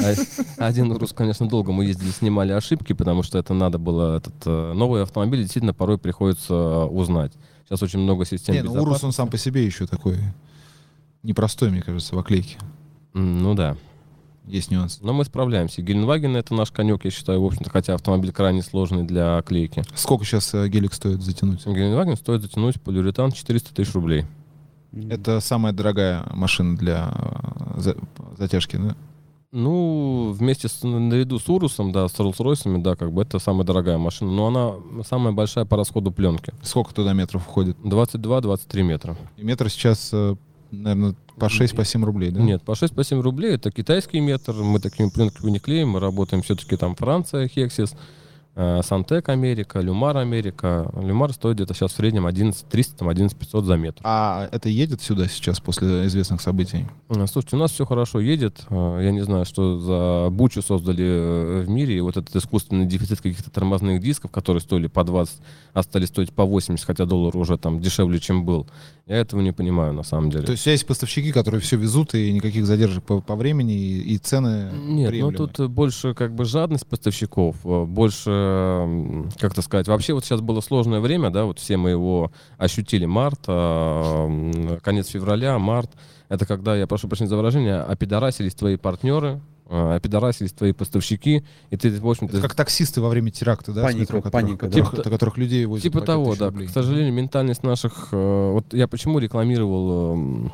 Speaker 3: один урус, конечно, долго мы ездили, снимали ошибки, потому что это надо было, новый автомобиль действительно порой приходится узнать. Сейчас очень много систем безопасности.
Speaker 2: Урус он сам по себе еще такой непростой, мне кажется, в оклейке.
Speaker 3: Ну да.
Speaker 2: есть нюансы.
Speaker 3: Но мы справляемся. Геленваген — это наш конек, я считаю, в общем-то, хотя автомобиль крайне сложный для клейки.
Speaker 2: Сколько сейчас гелик стоит затянуть?
Speaker 3: Геленваген стоит затянуть полиуретан 400 тысяч рублей.
Speaker 2: Это самая дорогая машина для затяжки, да?
Speaker 3: Ну, вместе наряду с Урусом, да, с Роллс-Ройсами, да, как бы это самая дорогая машина, но она самая большая по расходу пленки.
Speaker 2: Сколько туда метров входит?
Speaker 3: 22-23 метра.
Speaker 2: И метр сейчас, наверное, по 6-7 рублей, да?
Speaker 3: Нет, по 6-7 рублей это китайский метр, мы такими пленками не клеим, мы работаем все-таки там Франция, Хексис, Сантек Америка, Люмар Америка. Люмар стоит где-то сейчас в среднем 11 300, 11 500 за метр.
Speaker 2: А это едет сюда сейчас после известных событий?
Speaker 3: Слушайте, у нас все хорошо едет. Я не знаю, что за бучу создали в мире. И вот этот искусственный дефицит каких-то тормозных дисков, которые стоили по 20, а стали стоить по 80, хотя доллар уже там дешевле, чем был. Я этого не понимаю, на самом деле.
Speaker 2: То есть у тебя есть поставщики, которые все везут, и никаких задержек по времени, и цены
Speaker 3: Нет,
Speaker 2: приемлемые?
Speaker 3: ну тут больше как бы жадность поставщиков, больше, как-то сказать, вообще вот сейчас было сложное время, да, вот все мы его ощутили, март, конец февраля, март. Это когда, я прошу прощения за выражение, опидорасились твои партнеры, опидорасились твои поставщики, и ты, в общем-то...
Speaker 2: Это как таксисты во время теракта, да?
Speaker 1: Паника,
Speaker 2: да. Которых людей возят.
Speaker 3: Типа того, да. К сожалению, ментальность наших... Вот я почему рекламировал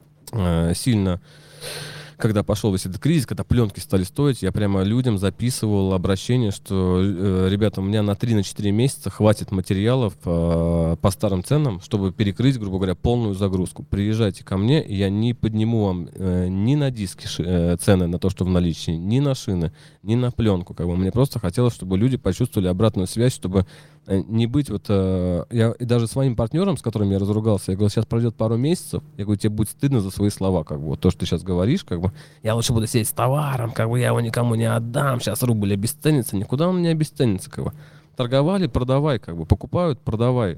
Speaker 3: сильно, когда пошел весь этот кризис, когда пленки стали стоить, я прямо людям записывал обращение, что, ребята, у меня на 3-4 месяца хватит материалов по старым ценам, чтобы перекрыть, грубо говоря, полную загрузку. Приезжайте ко мне, и я не подниму вам ни на диски цены на то, что в наличии, ни на шины, ни на пленку. Как бы. Мне просто хотелось, чтобы люди почувствовали обратную связь, чтобы не быть вот... Я и даже своим партнерам, с которыми я разругался, я говорю, сейчас пройдет пару месяцев, я говорю, тебе будет стыдно за свои слова, как бы, вот то, что ты сейчас говоришь, как бы, я лучше буду сидеть с товаром, как бы, я его никому не отдам, сейчас рубль обесценится, никуда он не обесценится, как бы. Торговали, продавай, как бы, покупают, продавай.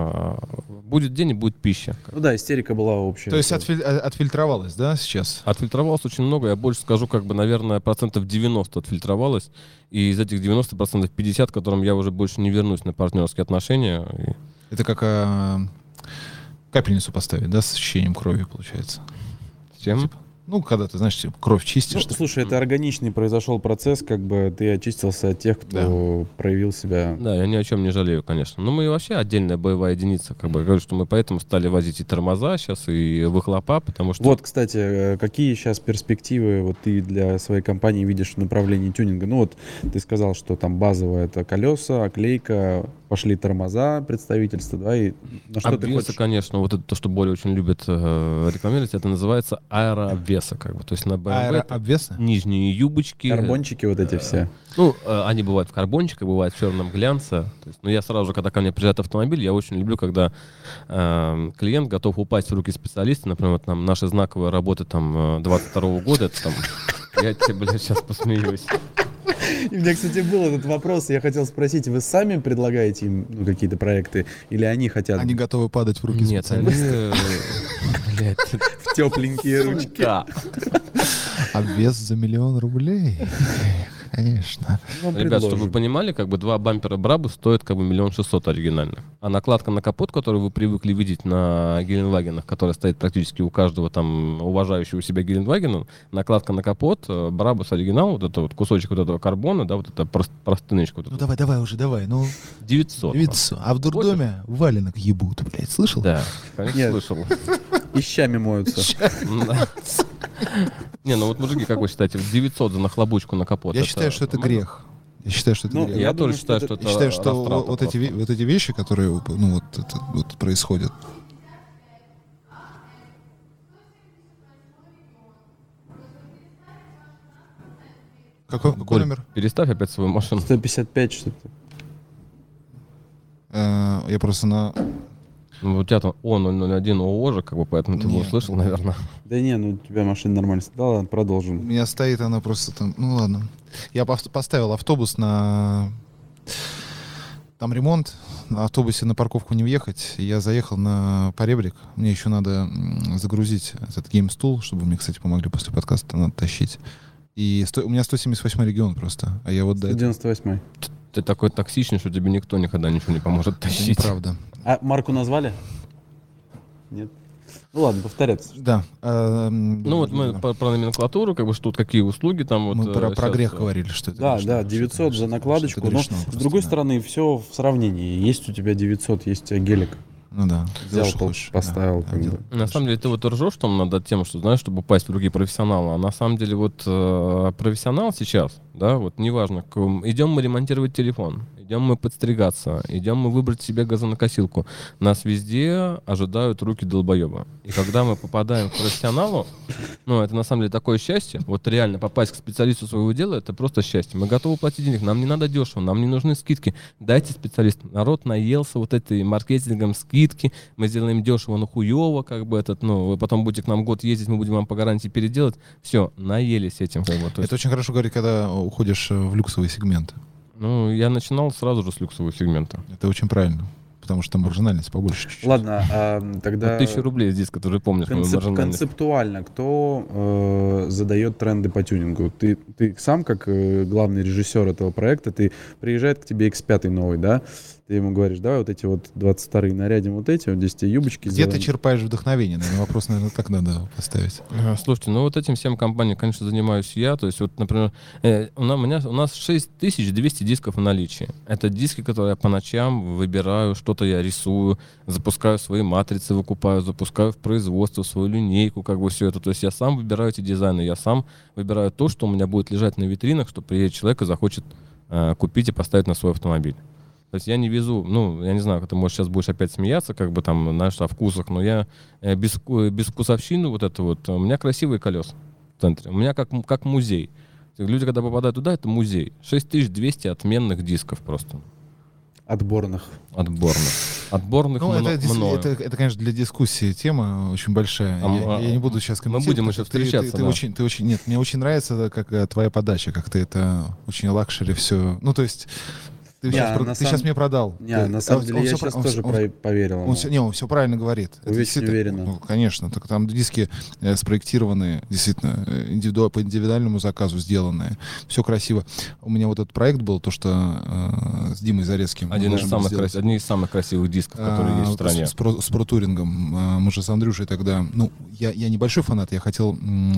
Speaker 3: Будет день и будет пища.
Speaker 1: Ну да, истерика была общая.
Speaker 2: То есть отфильтровалось, да, сейчас?
Speaker 3: Отфильтровалось очень много, я больше скажу, как бы, наверное, 90% отфильтровалось, и из этих 90% 50%, к которым я уже больше не вернусь на партнерские отношения.
Speaker 2: Это как капельницу поставить, да, с очищением крови, получается?
Speaker 3: С чем?
Speaker 2: Ну, когда ты, знаешь, кровь чистишь.
Speaker 1: Ну, слушай, это органичный произошел процесс, как бы ты очистился от тех, кто проявил себя.
Speaker 3: Да, я ни о чем не жалею, конечно. Но мы вообще отдельная боевая единица, как бы. Я говорю, что мы поэтому стали возить и тормоза сейчас, и выхлопа, потому что...
Speaker 1: Вот, кстати, какие сейчас перспективы вот ты для своей компании видишь в направлении тюнинга? Ну вот ты сказал, что там базовое — это колеса, оклейка, пошли тормоза, представительства, да, и на что ты хочешь?
Speaker 3: Конечно, вот это то, что Боря очень любит рекламировать, это называется аэрообвеса, как бы, то есть на BMW
Speaker 2: аэрообвеса?
Speaker 3: Нижние юбочки.
Speaker 1: Карбончики вот эти все.
Speaker 3: Ну, они бывают в карбончиках, бывают в черном глянце. То есть, ну, я сразу же, когда ко мне приезжает автомобиль, я очень люблю, когда клиент готов упасть в руки специалиста, например, вот, там, наши знаковые работы там 22-го года, это там, я тебе, блядь, сейчас посмеюсь.
Speaker 1: И у меня, кстати, был этот вопрос. Я хотел спросить, вы сами предлагаете им какие-то проекты, или они хотят...
Speaker 2: Они готовы падать в руки
Speaker 3: Нет,
Speaker 2: специалиста?
Speaker 3: Блядь.
Speaker 1: В тепленькие ручки.
Speaker 2: Обвес за 1 000 000 рублей? Конечно.
Speaker 3: Ребят, чтобы вы понимали, как бы 2 бампера Брабус стоят как бы 1 600 000 оригинально. А накладка на капот, которую вы привыкли видеть на Геленвагенах, которая стоит практически у каждого там уважающего себя Геленвагена, накладка на капот, Брабус оригинал, вот это вот кусочек вот этого карбона, да, вот эта простыночка. Вот
Speaker 2: ну давай уже, ну.
Speaker 3: 900.
Speaker 2: 900. А в дурдоме валенок ебут, блядь, слышал?
Speaker 3: Да, конечно, слышал.
Speaker 1: И щами моются.
Speaker 3: Не, ну вот, мужики, как вы считаете, 900 за нахлобучку на капот?
Speaker 2: Я считаю, что это грех. Я считаю, что это грех.
Speaker 3: Я тоже считаю, что это...
Speaker 2: Я считаю, что вот эти вещи, которые вот происходят. Какой номер?
Speaker 3: Переставь опять свою машину.
Speaker 1: 155 что-то.
Speaker 2: Я просто на...
Speaker 3: Ну, у тебя там О001 ООО же, как бы, поэтому ты бы услышал, наверное.
Speaker 1: Да не, ну у тебя машина нормально стоит. Ладно, продолжим.
Speaker 2: У меня стоит она просто там... Ну ладно. Я поставил автобус на... Там ремонт. На автобусе на парковку не въехать. Я заехал на поребрик. Мне еще надо загрузить этот гейм-стул, чтобы мне, кстати, помогли после подкаста, надо тащить. И у меня 178 регион просто. А я вот...
Speaker 1: 198.
Speaker 3: Ты такой токсичный, что тебе никто никогда ничего не поможет тащить.
Speaker 2: Правда.
Speaker 1: А марку назвали? Нет. Ну ладно, повторяться.
Speaker 2: Да.
Speaker 3: Ну вот мы про номенклатуру, как бы что тут какие услуги там вот.
Speaker 2: Мы про
Speaker 3: щас,
Speaker 2: грех говорили, что это
Speaker 1: Да,
Speaker 2: грешно,
Speaker 1: да,
Speaker 2: что
Speaker 1: 900
Speaker 2: это
Speaker 1: за накладочку, но
Speaker 2: грешно
Speaker 1: с
Speaker 2: просто,
Speaker 1: другой
Speaker 2: да.
Speaker 1: стороны, все в сравнении. Есть у тебя 900, есть у тебя гелик.
Speaker 2: Ну да.
Speaker 1: Взял,
Speaker 2: Делай, что хочешь.
Speaker 1: поставил,
Speaker 2: Да,
Speaker 1: как бы.
Speaker 2: делай,
Speaker 3: На самом деле, ты вот ржешь там над тем, что, знаешь, чтобы попасть в другие профессионалы. А на самом деле, вот профессионал сейчас, да, вот неважно, идем мы ремонтировать телефон, идем мы подстригаться, идем мы выбрать себе газонокосилку. Нас везде ожидают руки долбоеба. И когда мы попадаем к профессионалу, ну, это на самом деле такое счастье. Вот реально попасть к специалисту своего дела, это просто счастье. Мы готовы платить денег, нам не надо дешево, нам не нужны скидки. Дайте специалисту. Народ наелся вот этой маркетингом скидки. Мы сделаем дешево, но хуево, как бы этот, ну, вы потом будете к нам год ездить, мы будем вам по гарантии переделать. Все, наелись этим, как бы. То есть,
Speaker 2: Это очень хорошо говорить, когда уходишь в люксовый сегмент.
Speaker 3: ну, я начинал сразу же с люксового сегмента.
Speaker 2: Это очень правильно. Потому что там маржинальность побольше чуть-чуть.
Speaker 1: Ладно, тогда...
Speaker 3: 1000 рублей здесь, который помнишь, мою маржинальность.
Speaker 1: Концептуально, кто задает тренды по тюнингу? Ты сам, как главный режиссер этого проекта, ты приезжает к тебе X5 новый, да? Ты ему говоришь, давай вот эти вот 22-е нарядим вот эти, вот здесь тебе юбочки
Speaker 2: Где ты
Speaker 1: сделаем.
Speaker 2: черпаешь вдохновение? Наверное, вопрос, наверное, так надо поставить.
Speaker 3: Слушайте, ну вот этим всем компаниям, конечно, занимаюсь я. То есть вот, например, у нас 6200 дисков в наличии. Это диски, которые я по ночам выбираю, что-то я рисую, запускаю свои матрицы, выкупаю, запускаю в производство свою линейку, как бы все это. То есть я сам выбираю эти дизайны, я сам выбираю то, что у меня будет лежать на витринах, что приедет человек и захочет купить и поставить на свой автомобиль. То есть я не везу, ну, я не знаю, ты, может, сейчас будешь опять смеяться, как бы там, знаешь, о вкусах, но я без вкусовщины вот это вот, у меня красивые колеса в центре, у меня как музей. Люди, когда попадают туда, это музей. 6200 отменных дисков просто.
Speaker 1: Отборных.
Speaker 3: Отборных
Speaker 2: Ну,
Speaker 3: мною.
Speaker 2: это, конечно, для дискуссии тема очень большая. Я не буду сейчас комментировать.
Speaker 3: Мы будем еще встречаться.
Speaker 2: Ты очень, нет, мне очень нравится как твоя подача, как ты это очень лакшери все. Ну, то есть ты сейчас мне продал.
Speaker 1: На самом деле я сейчас тоже поверил.
Speaker 2: Он все правильно говорит.
Speaker 1: Очень уверенно.
Speaker 2: Ну, конечно. Так там диски спроектированные, действительно, по индивидуальному заказу сделанные. Все красиво. У меня вот этот проект был, то, что с Димой Зарецким.
Speaker 3: Одни из самых красивых дисков, которые есть в стране.
Speaker 2: С протурингом. Мы же с Андрюшей тогда... Ну, я небольшой фанат, я хотел...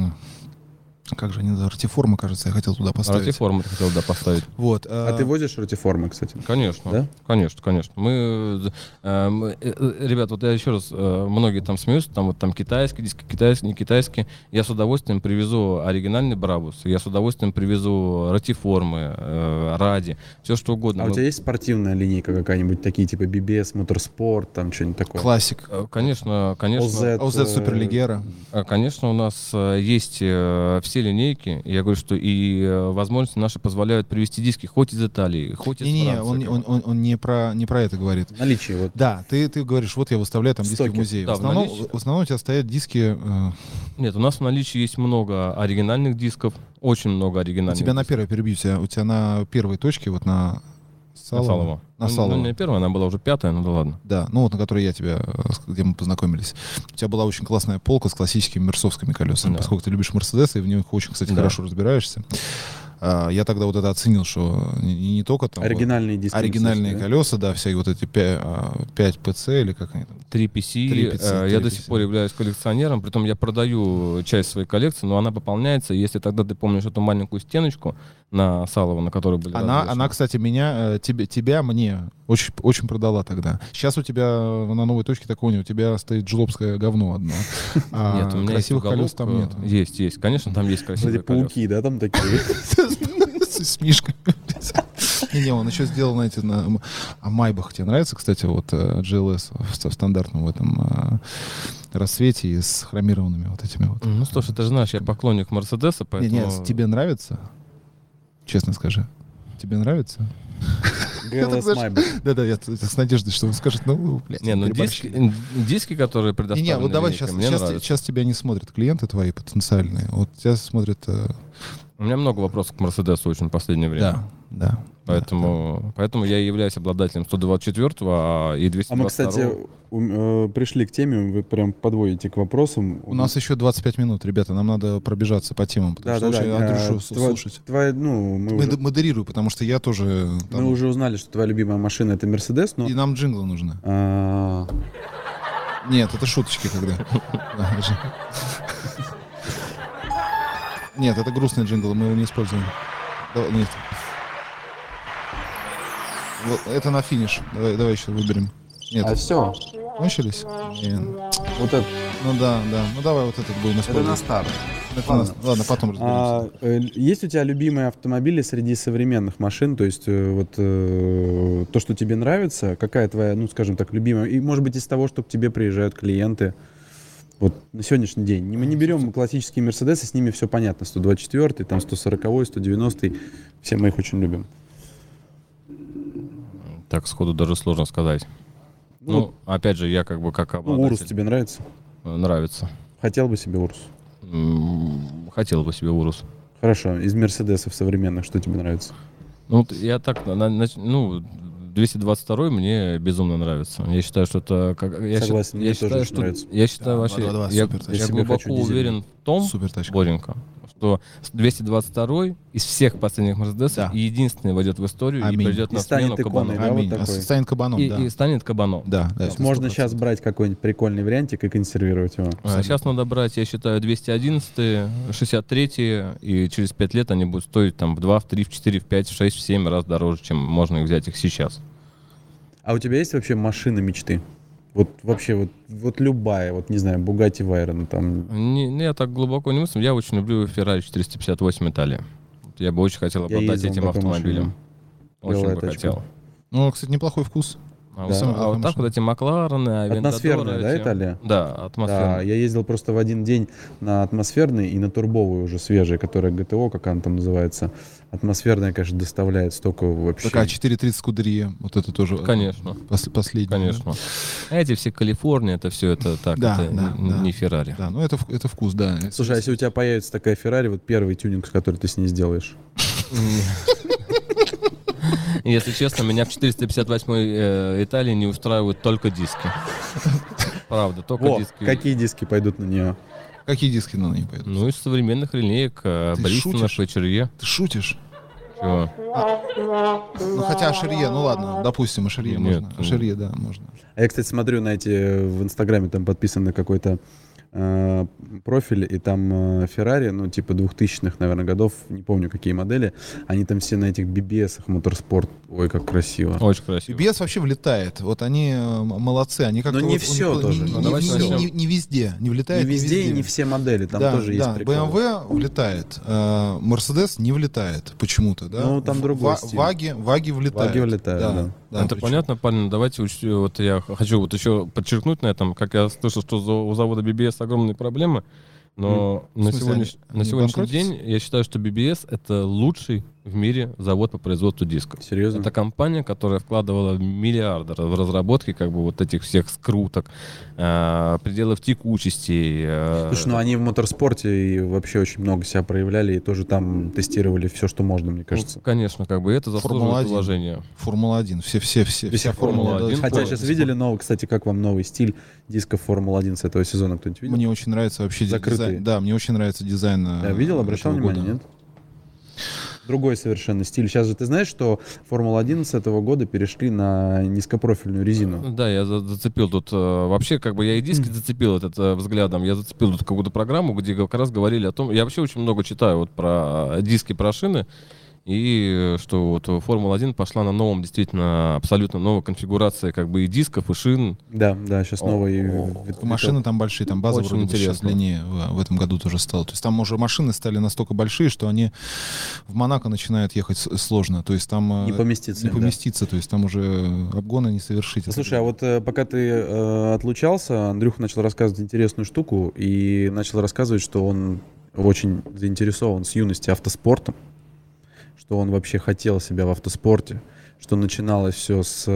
Speaker 2: Как же они, ратиформы, кажется, я хотел туда поставить.
Speaker 3: Ратиформы ты хотел, да, поставить.
Speaker 2: Вот.
Speaker 1: А ты возишь ратиформы, кстати?
Speaker 3: Конечно,
Speaker 1: да?
Speaker 3: Конечно. Мы, ребят, вот я еще раз, многие там смеются, там вот там китайские диски, китайские, не китайские. Я с удовольствием привезу оригинальный Брабус, я с удовольствием привезу ратиформы, Ради, все что угодно.
Speaker 1: А у тебя есть спортивная линейка какая-нибудь, такие типа BBS, Моторспорт, там что-нибудь такое?
Speaker 2: Классик.
Speaker 3: Конечно.
Speaker 2: OZ Суперлигера.
Speaker 3: Конечно, у нас есть все линейки. Я говорю, что и возможности наши позволяют привезти диски хоть из Италии, хоть из Франции.
Speaker 2: Он не про это говорит.
Speaker 1: Наличие вот.
Speaker 2: Да, ты говоришь, вот я выставляю там диски в музее.
Speaker 3: Да,
Speaker 2: в основном у тебя стоят диски...
Speaker 3: Нет, у нас в наличии есть много оригинальных дисков, очень много оригинальных.
Speaker 2: У тебя на первой перебью, у тебя на первой точке, вот на Салово.
Speaker 3: На Салово. Не первая, она была уже пятая, ну да ладно.
Speaker 2: Да, ну вот на которой где мы познакомились. У тебя была очень классная полка с классическими мерсовскими колесами, да. Поскольку ты любишь Мерседесы, и в них очень, кстати, хорошо разбираешься. Я тогда вот это оценил, что не только там...
Speaker 1: Оригинальные диски.
Speaker 2: Оригинальные колеса, да, всякие вот эти 5 ПЦ или как они там?
Speaker 3: 3 PC. Я до сих пор являюсь коллекционером, притом я продаю часть своей коллекции, но она пополняется. Если тогда ты помнишь эту маленькую стеночку на Салово, на которой были...
Speaker 2: Она, кстати, тебя мне очень, очень продала тогда. Сейчас у тебя на новой точке такого нет. У тебя стоит жлобское говно одно.
Speaker 3: Нет, у меня
Speaker 2: красивых колес там нет.
Speaker 3: Есть. Конечно, там есть красивые колеса.
Speaker 1: Пауки, да, там такие?
Speaker 2: С мишками. Не, он еще сделал, знаете, а Майбах тебе нравится, кстати, вот GLS в стандартном в этом рассвете и с хромированными вот этими вот.
Speaker 3: Ну, слушай, ты же знаешь, я поклонник Мерседеса, поэтому...
Speaker 2: Нет, тебе нравится? Честно скажи. Тебе нравится?
Speaker 1: GLS Майбах.
Speaker 2: Да, я с надеждой, что он скажет, ну, блядь.
Speaker 3: Не, ну диски, которые предоставлены...
Speaker 2: Не, вот давай, сейчас тебя не смотрят клиенты твои потенциальные. Вот тебя смотрят...
Speaker 3: У меня много вопросов к Мерседесу очень в последнее время.
Speaker 2: Да.
Speaker 3: Поэтому я и являюсь обладателем 124-го и 222-го.
Speaker 1: А мы, кстати, пришли к теме, вы прям подводите к вопросам.
Speaker 2: У нас еще 25 минут, ребята, нам надо пробежаться по темам, потому что очень Андрюшу слушать. Модерируй, потому что я тоже...
Speaker 1: Мы уже узнали, что твоя любимая машина — это Мерседес, но...
Speaker 2: И нам джинглы нужны. Нет, это шуточки когда. Нет, это грустный джингл, мы его не используем. Нет. Вот, это на финиш. Давай еще выберем. Нет.
Speaker 1: А все.
Speaker 2: Кончились? Нет.
Speaker 1: Вот это.
Speaker 2: Ну да. Ну давай вот этот будем
Speaker 1: Это
Speaker 2: использовать.
Speaker 1: на старт.
Speaker 2: Ладно, потом разберемся.
Speaker 1: Есть у тебя любимые автомобили среди современных машин? То есть то, что тебе нравится, какая твоя, ну, скажем так, любимая? И, может быть, из того, что к тебе приезжают клиенты. Вот на сегодняшний день. Мы не берем классические Мерседесы, с ними все понятно. 124-й, там 140-й, 190-й. Все мы их очень любим.
Speaker 3: Так, сходу даже сложно сказать. Ну, опять же, я как бы как обладатель...
Speaker 1: Урус тебе нравится?
Speaker 3: Нравится.
Speaker 1: Хотел бы себе Урус?
Speaker 3: Хотел бы себе Урус.
Speaker 1: Хорошо. Из Мерседесов современных что тебе нравится?
Speaker 3: Ну, вот я так, 222 мне безумно нравится. Я считаю, что это...
Speaker 1: Согласен, мне тоже очень нравится.
Speaker 3: Я считаю,
Speaker 2: Да,
Speaker 3: вообще,
Speaker 2: 222
Speaker 3: я
Speaker 2: супер тачка.
Speaker 3: я
Speaker 1: себе
Speaker 3: глубоко
Speaker 1: хочу дизельный.
Speaker 3: уверен в том,
Speaker 2: Супер тачка.
Speaker 3: Боренко, что 222 из всех последних Мерседесов
Speaker 2: Да.
Speaker 3: единственный войдет в историю
Speaker 2: Аминь.
Speaker 3: и придет
Speaker 1: И
Speaker 3: на
Speaker 1: станет
Speaker 3: смену Кабану.
Speaker 1: иконой, да, вот
Speaker 2: Аминь.
Speaker 1: такой.
Speaker 2: Станет кабаном, да.
Speaker 3: И станет Кабаном.
Speaker 2: Да,
Speaker 1: То есть можно сейчас брать какой-нибудь прикольный вариантик и консервировать его.
Speaker 3: Сейчас надо брать, я считаю, 211, 63 и через 5 лет они будут стоить там в 2, в 3, в 4, в 5, в 6, в 7 раз дороже, чем можно их взять их сейчас.
Speaker 1: А у тебя есть вообще машина мечты? Вот вообще вот любая, вот не знаю, Bugatti Veyron там.
Speaker 3: Я так глубоко не мыслю. Я очень люблю Ferrari 458 Italia. Я бы очень хотел
Speaker 1: Я
Speaker 3: обладать
Speaker 1: ездил
Speaker 3: этим
Speaker 1: на такой
Speaker 3: автомобилем.
Speaker 1: машине.
Speaker 3: Очень
Speaker 1: Белая
Speaker 3: бы
Speaker 1: тачка.
Speaker 3: хотел.
Speaker 2: Ну, кстати, неплохой вкус.
Speaker 3: А,
Speaker 1: Да.
Speaker 3: вот, а вот так вот эти Макларены, Авентадоры.
Speaker 1: Атмосферная, да,
Speaker 3: эти-
Speaker 1: Италия?
Speaker 3: Да,
Speaker 1: Да,
Speaker 3: атмосферная.
Speaker 1: я ездил просто в один день на атмосферный и на турбовую уже свежей, которая ГТО, как она там называется. Атмосферная, конечно, доставляет столько вообще.
Speaker 2: Такая 430 Скудерия. Вот это тоже.
Speaker 3: Конечно.
Speaker 2: Последний.
Speaker 3: Конечно. А эти все Калифорния, это все это так,
Speaker 2: Да,
Speaker 3: это
Speaker 2: да, да.
Speaker 3: не Феррари.
Speaker 2: Да, ну это вкус, да.
Speaker 1: Слушай, а если у тебя появится такая Феррари, вот первый тюнинг, который ты с ней сделаешь?
Speaker 3: Если честно, меня в 458-й Италии не устраивают только диски. Правда, только
Speaker 1: Во,
Speaker 3: диски.
Speaker 1: какие диски пойдут на нее?
Speaker 2: Какие диски на ней пойдут?
Speaker 3: Ну, из современных линеек Баллистина,
Speaker 2: шутишь?
Speaker 3: Флетчерье.
Speaker 2: Ты шутишь?
Speaker 3: Чего?
Speaker 2: Ну хотя Шерье, ну ладно, допустим, Шерье
Speaker 3: Нет,
Speaker 2: можно. Шерье, да, можно.
Speaker 1: А я, кстати, смотрю на эти в Инстаграме, там подписан на какой-то профиль, и там Феррари, ну, типа 2000-х, наверное, годов, не помню, какие модели, они там все на этих BBS-ах, моторспорт. Ой, как красиво.
Speaker 3: Очень красиво.
Speaker 2: BBS вообще влетает. Вот они молодцы, они как-то...
Speaker 1: Но не
Speaker 2: вот,
Speaker 1: всё
Speaker 2: не-
Speaker 1: тоже.
Speaker 2: не-
Speaker 1: Ну,
Speaker 2: не-
Speaker 3: давайте
Speaker 2: не-
Speaker 3: начнем.
Speaker 2: не везде, не
Speaker 1: Не
Speaker 2: влетает.
Speaker 1: везде и не все модели, там
Speaker 2: Да,
Speaker 1: тоже есть
Speaker 2: да,
Speaker 1: приколы.
Speaker 2: BMW влетает, Mercedes не влетает почему-то, да?
Speaker 1: Ну, там другой стиль.
Speaker 2: Ваги влетают.
Speaker 1: Ваги влетают, да.
Speaker 3: Это
Speaker 2: причем-
Speaker 3: понятно, парни, давайте учтем, вот я хочу вот еще подчеркнуть на этом, как я слышал, что у завода BBS огромные проблемы, но
Speaker 2: В
Speaker 3: на
Speaker 2: смысле,
Speaker 3: сегодняшний
Speaker 2: они
Speaker 3: день я считаю, что BBS это лучший в мире завод по производству дисков.
Speaker 1: Серьезно?
Speaker 3: Это компания, которая вкладывала миллиарды в разработки как бы вот этих всех скруток, пределов текучести.
Speaker 1: Слушай, ну они в моторспорте и вообще очень много себя проявляли, и тоже там тестировали все, что можно, мне кажется.
Speaker 3: Ну, конечно, как бы это заслуживает
Speaker 2: Формула-1.
Speaker 3: уважения.
Speaker 2: Формула-1, все.
Speaker 1: Вся
Speaker 3: Формула-1.
Speaker 1: Хотя
Speaker 3: Да.
Speaker 1: сейчас видели новый, кстати, как вам новый стиль дисков Формула-1 с этого сезона, кто-нибудь видел?
Speaker 2: Мне очень нравится вообще
Speaker 1: Закрытые.
Speaker 2: дизайн. Да, мне очень нравится дизайн.
Speaker 1: Да, видел, обращал
Speaker 2: этого
Speaker 1: внимание,
Speaker 2: года.
Speaker 1: нет? Другой совершенно стиль. Сейчас же ты знаешь, что Формула-1 с этого года перешли на низкопрофильную резину.
Speaker 3: Да, я зацепил тут, вообще, как бы я и диски зацепил этот взглядом, я зацепил тут какую-то программу, где как раз говорили о том, я вообще очень много читаю вот про диски, про шины, и что вот Формула-1 пошла на новом, действительно, абсолютно новой конфигурации как бы и дисков, и шин.
Speaker 1: Да, сейчас новый виток.
Speaker 2: Машины там большие, там база
Speaker 3: Очень
Speaker 2: вроде бы сейчас
Speaker 3: интересно.
Speaker 2: длиннее в этом году тоже стала. То есть там уже машины стали настолько большие, что они в Монако начинают ехать сложно. То есть там
Speaker 1: Не поместиться.
Speaker 2: не
Speaker 1: им, да.
Speaker 2: поместиться, то есть там уже обгоны не совершить.
Speaker 1: Слушай, а вот пока ты отлучался, Андрюха начал рассказывать интересную штуку и начал рассказывать, что он очень заинтересован с юности автоспортом, что он вообще хотел себя в автоспорте, что начиналось все с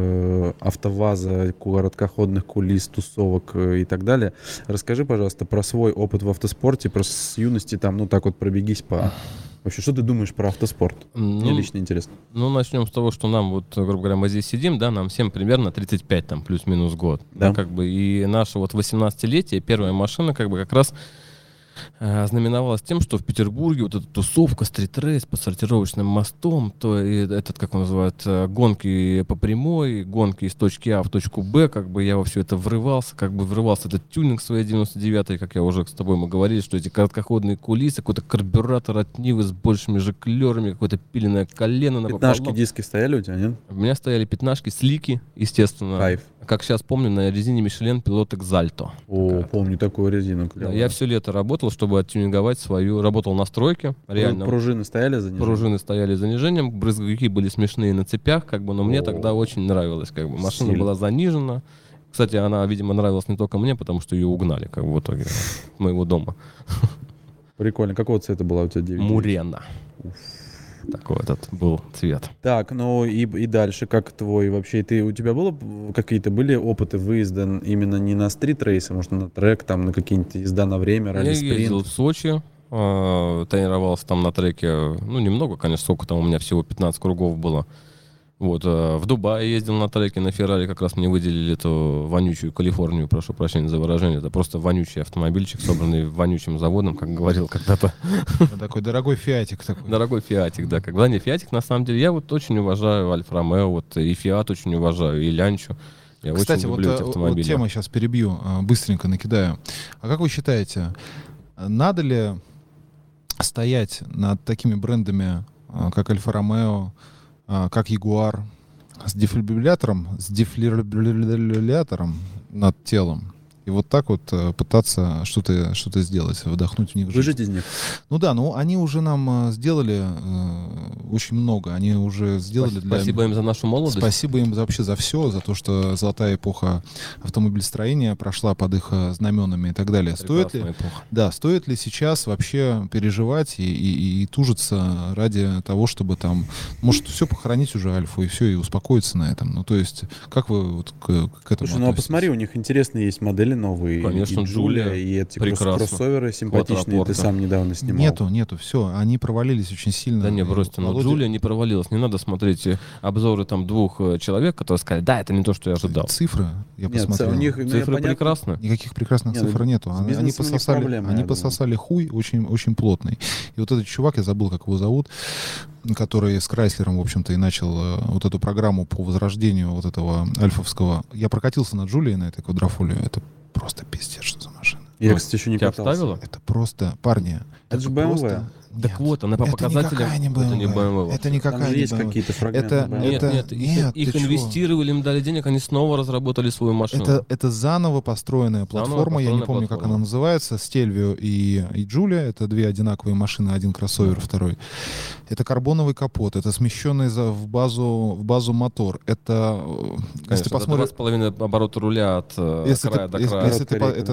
Speaker 1: АвтоВАЗа, короткоходных кулис, тусовок и так далее. Расскажи, пожалуйста, про свой опыт в автоспорте, про с юности там, ну так вот пробегись по... Вообще, что ты думаешь про автоспорт? Мне лично интересно.
Speaker 3: Ну, начнем с того, что нам, вот, грубо говоря, мы здесь сидим, да, нам всем примерно 35, там, плюс-минус год.
Speaker 1: Да.
Speaker 3: Как бы, и наше вот 18-летие, первая машина, как бы, как раз знаменовалась тем, что в Петербурге вот эта тусовка, стрит-рейс под сортировочным мостом, то и этот, как он называет, гонки по прямой, гонки из точки А в точку Б, как бы я во все это врывался этот тюнинг своей 99-й, как я уже с тобой мы говорили, что эти короткоходные кулисы, какой-то карбюратор от Нивы с большими жиклерами, какое-то пиленное колено напополам.
Speaker 1: 15-ки диски стояли у тебя, нет?
Speaker 3: У меня стояли 15-ки, слики, естественно.
Speaker 1: Кайф.
Speaker 3: Как сейчас помню, на резине Michelin Pilot Exalto.
Speaker 1: О, помню такую резину.
Speaker 3: Да, я все лето работал, чтобы оттюнинговать свою... Работал на стройке, реально.
Speaker 1: Пружины стояли за ним?
Speaker 3: Пружины стояли с занижением, брызговики были смешные на цепях, как бы, но мне тогда очень нравилось, как бы. Машина была занижена. Кстати, она, видимо, нравилась не только мне, потому что ее угнали, как бы, в итоге, с моего дома.
Speaker 1: Прикольно. Какого цвета была у тебя 9?
Speaker 3: Мурена. Такой этот был цвет.
Speaker 1: Так, ну и дальше, как твой вообще, у тебя были опыты выезда именно не на стрит-рейсы, может, на трек, там, на какие-нибудь езда на время,
Speaker 3: Я ездил в Сочи, тренировался там на треке, ну, немного, конечно, сколько там у меня всего 15 кругов было. Вот, в Дубае ездил на треке, на Феррари как раз мне выделили эту вонючую Калифорнию, прошу прощения за выражение, это просто вонючий автомобильчик, собранный вонючим заводом, как говорил когда-то.
Speaker 2: Такой дорогой фиатик такой.
Speaker 3: Дорогой фиатик, да. Когда не фиатик, на самом деле, я вот очень уважаю Альфа-Ромео, вот и Фиат очень уважаю, и Лянчу. Я
Speaker 2: Кстати,
Speaker 3: очень люблю эти автомобили.
Speaker 2: вот тему сейчас перебью, быстренько накидаю. А как вы считаете, надо ли стоять над такими брендами, как Альфа-Ромео, как Ягуар, с дефибриллятором над телом, и вот так вот пытаться что-то сделать, вдохнуть в них жизнь.
Speaker 1: Выжить из них?
Speaker 2: Ну да, они уже нам сделали очень много. Они уже сделали
Speaker 3: Спасибо им за нашу молодость.
Speaker 2: Спасибо им вообще за все, за то, что золотая эпоха автомобилестроения прошла под их знаменами и так далее. Стоит ли сейчас вообще переживать и тужиться ради того, чтобы там, может, все похоронить уже Альфу и все, и успокоиться на этом? Ну, то есть, как вы вот к этому
Speaker 1: Слушай, ну а посмотри, у них интересные есть модели новые.
Speaker 3: Конечно,
Speaker 1: и Джулия, и эти кроссоверы симпатичные, ты сам недавно снимал.
Speaker 2: Нету, все, они провалились очень сильно.
Speaker 3: Да не, бросьте, но Джулия не провалилась. Не надо смотреть обзоры там 2 человек, которые сказали, да, это не то, что я ожидал.
Speaker 2: Цифры, я посмотрел.
Speaker 3: Цифры прекрасны.
Speaker 2: Никаких прекрасных цифр нету. Они пососали хуй очень, очень плотный. И вот этот чувак, я забыл, как его зовут, который с Крайслером, в общем-то, и начал вот эту программу по возрождению вот этого альфовского. Я прокатился на Джулии, на этой квадрофолио. Это просто пиздец, что за машина.
Speaker 1: Я, кстати, еще не катался.
Speaker 3: Обставила?
Speaker 2: Это просто, парни.
Speaker 1: Это же BMW.
Speaker 3: Так вот, она по показателям...
Speaker 2: Это не BMW. Это никакая
Speaker 1: Там
Speaker 2: не
Speaker 1: есть
Speaker 2: BMW.
Speaker 1: какие-то фрагменты.
Speaker 3: Нет, их инвестировали, им дали денег, они снова разработали свою машину.
Speaker 2: Это заново построенная платформа, я не помню, как она называется, Stelvio и Giulia, это 2 одинаковые машины, один кроссовер, второй. Это карбоновый капот, это смещенный в базу мотор, это...
Speaker 3: Конечно, это 2,5 оборота руля от края до края.
Speaker 2: Это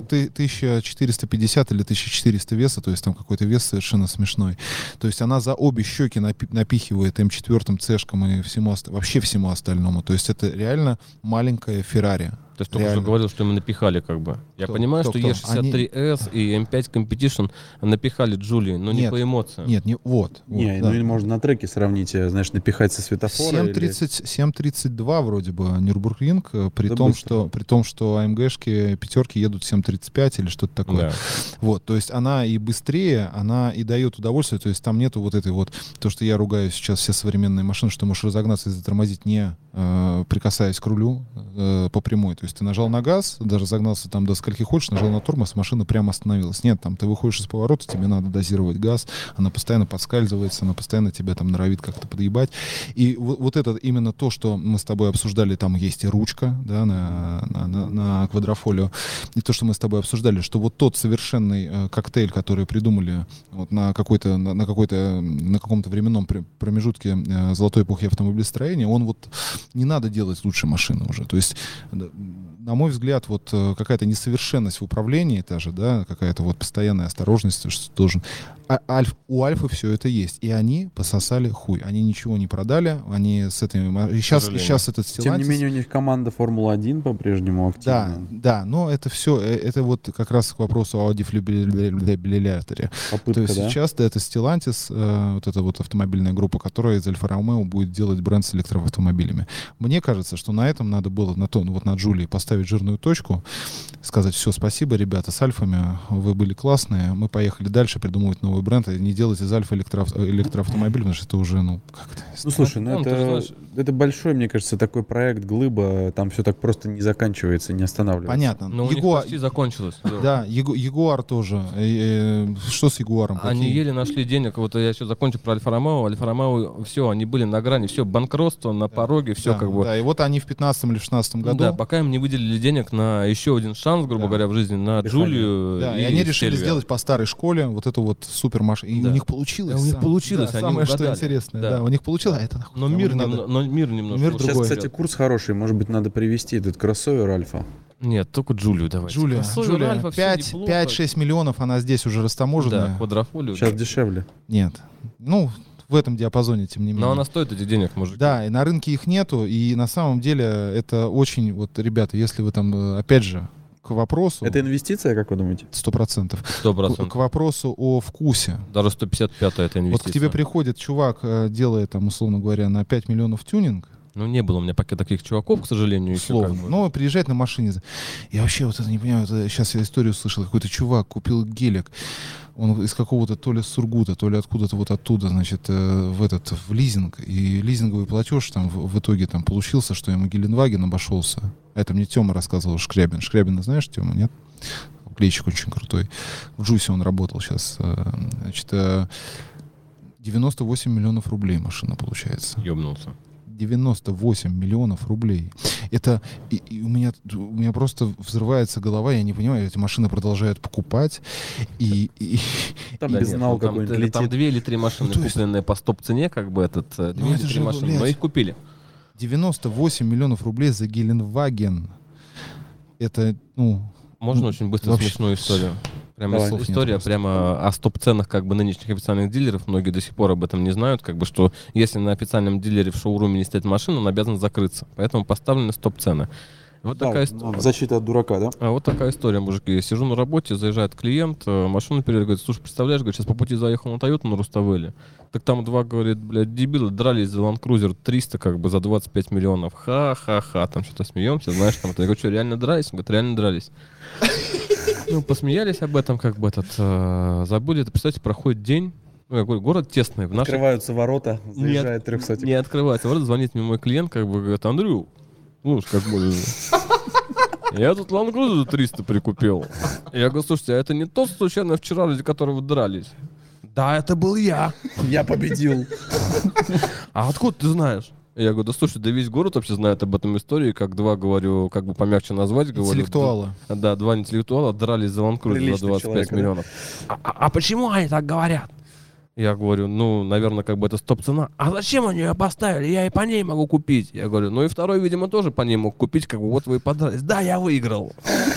Speaker 2: 1450 или 1400 веса, то есть там какой-то вес совершенно смешной. То есть она за обе щеки напихивает М4 цешкам и вообще всему остальному. То есть это реально маленькая Феррари.
Speaker 3: То есть только что говорил, что мы напихали как бы. Я понимаю, что E63S и M5 Competition напихали Джулии, но не по эмоциям.
Speaker 2: Нет, вот.
Speaker 1: Не, ну или можно на треке сравнить, знаешь, напихать со светофора.
Speaker 2: 7.32 вроде бы Нюрбургринг, при том, что AMG-шки пятерки едут 7.35 или что-то такое. Да. Вот, то есть она и быстрее, она и дает удовольствие, то есть там нету вот этой вот, то, что я ругаю сейчас все современные машины, что можешь разогнаться и затормозить, не прикасаясь к рулю по прямой. То есть ты нажал на газ, даже загнался там до скольки хочешь, нажал на тормоз, машина прямо остановилась. Нет, там ты выходишь из поворота, тебе надо дозировать газ, она постоянно подскальзывается, она постоянно тебя там норовит как-то подъебать. И вот это именно то, что мы с тобой обсуждали, там есть и ручка, да, на квадрофолио, и то, что мы с тобой обсуждали, что вот тот совершенный коктейль, который придумали вот на каком-то временном промежутке золотой эпохи автомобилестроения, он вот не надо делать лучше машины уже. То есть, на мой взгляд, вот какая-то несовершенность в управлении, та же, да, какая-то вот постоянная осторожность, что должен. У Альфы все это есть. И они пососали хуй. Они ничего не продали. Они с этими... Сейчас этот Stellantis...
Speaker 1: Тем не менее, у них команда Формула-1 по-прежнему активна.
Speaker 2: Да, но это все... Это вот как раз к вопросу о дефибрилляторе. То есть сейчас это Stellantis, вот эта вот автомобильная группа, которая из Альфа-Ромео будет делать бренд с электроавтомобилями. Мне кажется, что на этом надо было, на Джулии поставить жирную точку, сказать, сказать: все, спасибо, ребята, с Альфами вы были классные, мы поехали дальше придумывать новый бренд, и не делать из Альфа электроавтомобиль, потому что это уже, как-то...
Speaker 1: Ну, слушай,
Speaker 3: Ну, ты же знаешь-
Speaker 1: это большой, мне кажется, такой проект, глыба, там все так просто не заканчивается, не останавливается.
Speaker 2: Понятно.
Speaker 3: Но у них
Speaker 2: Ягуар-
Speaker 3: почти закончилось.
Speaker 2: Да, Ягуар тоже. Что с Ягуаром?
Speaker 3: Они
Speaker 2: Какие?
Speaker 3: еле нашли денег. Вот я еще закончу про Альфа-Ромео. Альфа-Ромео, все, они были на грани, все, банкротство на пороге, все
Speaker 2: Да,
Speaker 3: как бы.
Speaker 2: да, и вот они в 15 или в 16
Speaker 3: Ну
Speaker 2: году.
Speaker 3: да, пока им не выделили денег на еще один шанс, грубо
Speaker 2: Да.
Speaker 3: говоря, в жизни, на
Speaker 1: Дыхание.
Speaker 3: Джулию.
Speaker 2: Да, и они решили
Speaker 3: Стельвиа.
Speaker 2: сделать по старой школе вот эту вот супер машину. И
Speaker 3: Да.
Speaker 2: у них получилось.
Speaker 3: Да, у них получилось,
Speaker 2: Да,
Speaker 3: они
Speaker 2: самое что
Speaker 3: угадали.
Speaker 2: интересное.
Speaker 3: Да.
Speaker 2: Да, у них получилось, а это нахуй.
Speaker 3: Но
Speaker 2: кому
Speaker 3: мир,
Speaker 2: не надо.
Speaker 3: но мир немножко.
Speaker 2: Мир
Speaker 3: вот
Speaker 1: Сейчас,
Speaker 2: другой.
Speaker 1: кстати, курс хороший, может быть, надо привести этот кроссовер Альфа.
Speaker 3: Нет, только Джулию давайте.
Speaker 2: Джулия,
Speaker 3: Кроссовер, Альфа, всё неплохо.
Speaker 2: 5-6 миллионов она здесь уже
Speaker 3: Да,
Speaker 2: растаможенная.
Speaker 3: квадрофолию.
Speaker 1: Сейчас дешевле.
Speaker 2: Нет. Ну, в этом диапазоне, тем не менее.
Speaker 3: Но она стоит этих денег, мужик.
Speaker 2: Да, и на рынке их нету, и на самом деле это очень, вот, ребята, если вы там, опять же, к вопросу...
Speaker 1: Это инвестиция, как вы думаете?
Speaker 2: 100%.
Speaker 3: 100%.
Speaker 2: К вопросу о вкусе.
Speaker 3: Даже 155-я это инвестиция.
Speaker 2: Вот к тебе приходит чувак, делает там, условно говоря, на 5 миллионов тюнинг,
Speaker 3: Ну, не было у меня пока таких чуваков, к сожалению, еще
Speaker 2: условно.
Speaker 3: как бы.
Speaker 2: Но приезжает на машине. Я вообще вот это не понимаю. Сейчас я историю слышал. Какой-то чувак купил гелик. Он из какого-то то ли Сургута, то ли откуда-то вот оттуда, значит, в лизинг. И лизинговый платеж там в итоге там получился, что ему Геленваген обошелся. Это мне Тёма рассказывал, Шкрябин. Шкрябина знаешь, Тёма, нет? Клейчик очень крутой. В Джусе он работал сейчас. Значит, 98 миллионов рублей машина получается.
Speaker 3: Ёбнулся.
Speaker 2: 98 миллионов рублей. Это и у меня просто взрывается голова, я не понимаю, эти машины продолжают покупать.
Speaker 1: Там
Speaker 3: Да
Speaker 1: безнал
Speaker 3: нет, ну,
Speaker 1: какой-нибудь
Speaker 3: там
Speaker 1: летит.
Speaker 3: 2 или 3 машины,
Speaker 2: Ну, то есть-
Speaker 3: купленные по стоп-цене, как бы этот, 2
Speaker 2: Ну,
Speaker 3: или
Speaker 2: это
Speaker 3: 3
Speaker 2: же,
Speaker 3: машины,
Speaker 2: блядь.
Speaker 3: но их купили.
Speaker 2: 98 миллионов рублей за Геленваген. Это,
Speaker 3: Можно
Speaker 2: Ну,
Speaker 3: очень быстро
Speaker 2: вообще-
Speaker 3: смешную историю? Прямо
Speaker 1: Давай.
Speaker 2: слов нет
Speaker 3: история
Speaker 2: просто.
Speaker 3: прямо о стоп-ценах как бы нынешних официальных дилеров. Многие до сих пор об этом не знают, как бы, что если на официальном дилере в шоуруме не стоит машина, он обязан закрыться. Поэтому поставлены стоп-цены. Вот
Speaker 1: Да,
Speaker 3: такая история.
Speaker 1: защита от дурака, да?
Speaker 3: А вот такая история, мужики. Сижу на работе, заезжает клиент, машину перед, говорит: слушай, представляешь, говорит, сейчас по пути заехал на Тойоту на Руставеле. Так там два, говорит, блядь, дебилы дрались за Land Cruiser 300 как бы за 25 миллионов. Ха-ха-ха, там что-то смеемся, знаешь, там. Я говорю: что, реально дрались? Он говорит: реально дрались. Ну, посмеялись об этом, как бы забыли. Это, представьте, проходит день. Ну, я говорю, город тесный. В нашей...
Speaker 1: Открываются ворота, заезжает 300.
Speaker 3: Не открывается. Вот звонит мне мой клиент, как бы говорит: Андрю, слушай, как бы... Я тут Land Cruiser за 300 прикупил. Я говорю: слушайте, а это не тот случайно вчера, ради которого дрались? Да, это был я.
Speaker 1: Я победил.
Speaker 3: А откуда ты знаешь? Я говорю: да слушай, да весь город вообще знает об этом истории, как два, говорю, как бы помягче назвать, говорю.
Speaker 2: интеллектуала.
Speaker 3: Да, два интеллектуала дрались за Land Cruiser за
Speaker 1: Приличный
Speaker 3: 25
Speaker 1: человек, да?
Speaker 3: миллионов. А почему они так говорят? Я говорю: ну, наверное, как бы это стоп-цена. А зачем они ее поставили? Я и по ней могу купить. Я говорю: ну и второй, видимо, тоже по ней мог купить, как бы вот вы и подрались. Да, я выиграл.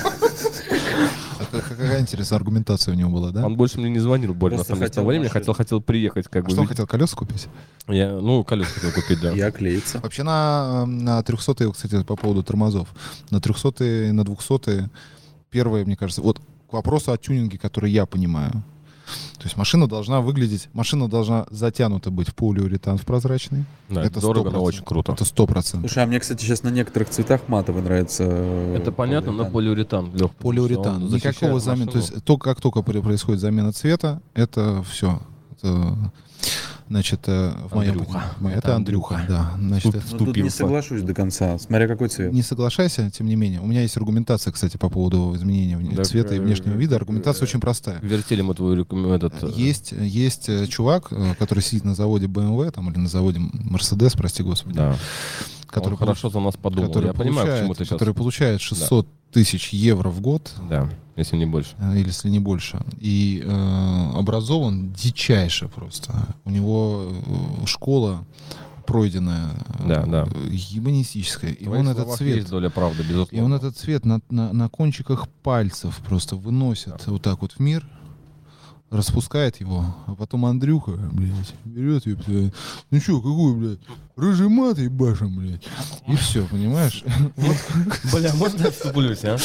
Speaker 2: Какая интересная аргументация у него была, да?
Speaker 3: Он больше мне не звонил более, на
Speaker 1: Просто
Speaker 3: самом деле, с
Speaker 1: хотел
Speaker 3: того времени.
Speaker 1: машину.
Speaker 3: Хотел приехать, как
Speaker 2: А
Speaker 3: бы.
Speaker 2: что он хотел, колеса купить?
Speaker 3: Я, колеса хотел купить, да.
Speaker 1: И оклеится.
Speaker 2: Вообще на 300-е, кстати, по поводу тормозов, на 300-е, на 200-е, первое, мне кажется, вот к вопросу о тюнинге, который я понимаю. То есть машина должна затянута быть в полиуретан в прозрачный.
Speaker 3: Да,
Speaker 2: это
Speaker 3: дорого, но
Speaker 2: 100%.
Speaker 3: очень круто.
Speaker 2: Это 100%.
Speaker 1: Слушай, а мне, кстати, сейчас на некоторых цветах матовый нравится.
Speaker 3: Это понятно, но полиуретан легкий.
Speaker 2: Полиуретан. Никакого замены. То есть как только происходит замена цвета, это все. Значит, в моем
Speaker 3: Андрюха.
Speaker 2: понимании. Это Андрюха, да. Значит, это
Speaker 1: Ну, тут не соглашусь до конца, смотря какой цвет.
Speaker 2: не соглашайся, тем не менее. У меня есть аргументация, кстати, по поводу изменения
Speaker 3: Так,
Speaker 2: цвета и внешнего вида. Аргументация очень простая.
Speaker 3: Вертели мы твою
Speaker 2: Есть чувак, который сидит на заводе BMW там, или на заводе Mercedes, прости господи,
Speaker 3: Да.
Speaker 2: который,
Speaker 3: Он хорошо за нас подумал.
Speaker 2: который
Speaker 3: Я понимаю, к чему ты сейчас.
Speaker 2: который получает 600 тысяч евро в год,
Speaker 3: Да, если не больше.
Speaker 2: или если не больше, и образован дичайше просто. У него школа пройденная,
Speaker 3: Да.
Speaker 2: ебанистическая. И
Speaker 3: В твоих
Speaker 2: он этот
Speaker 3: словах
Speaker 2: цвет...
Speaker 3: есть доля правды,
Speaker 2: И
Speaker 3: безусловно.
Speaker 2: он этот цвет на кончиках пальцев просто выносит вот так вот в мир, распускает его, а потом Андрюха, блядь, берет и, блядь, ну чё, какой, блядь, рыжий мат ебашим, блядь, и все, понимаешь?
Speaker 3: Бля, можно я вступлюсь, а?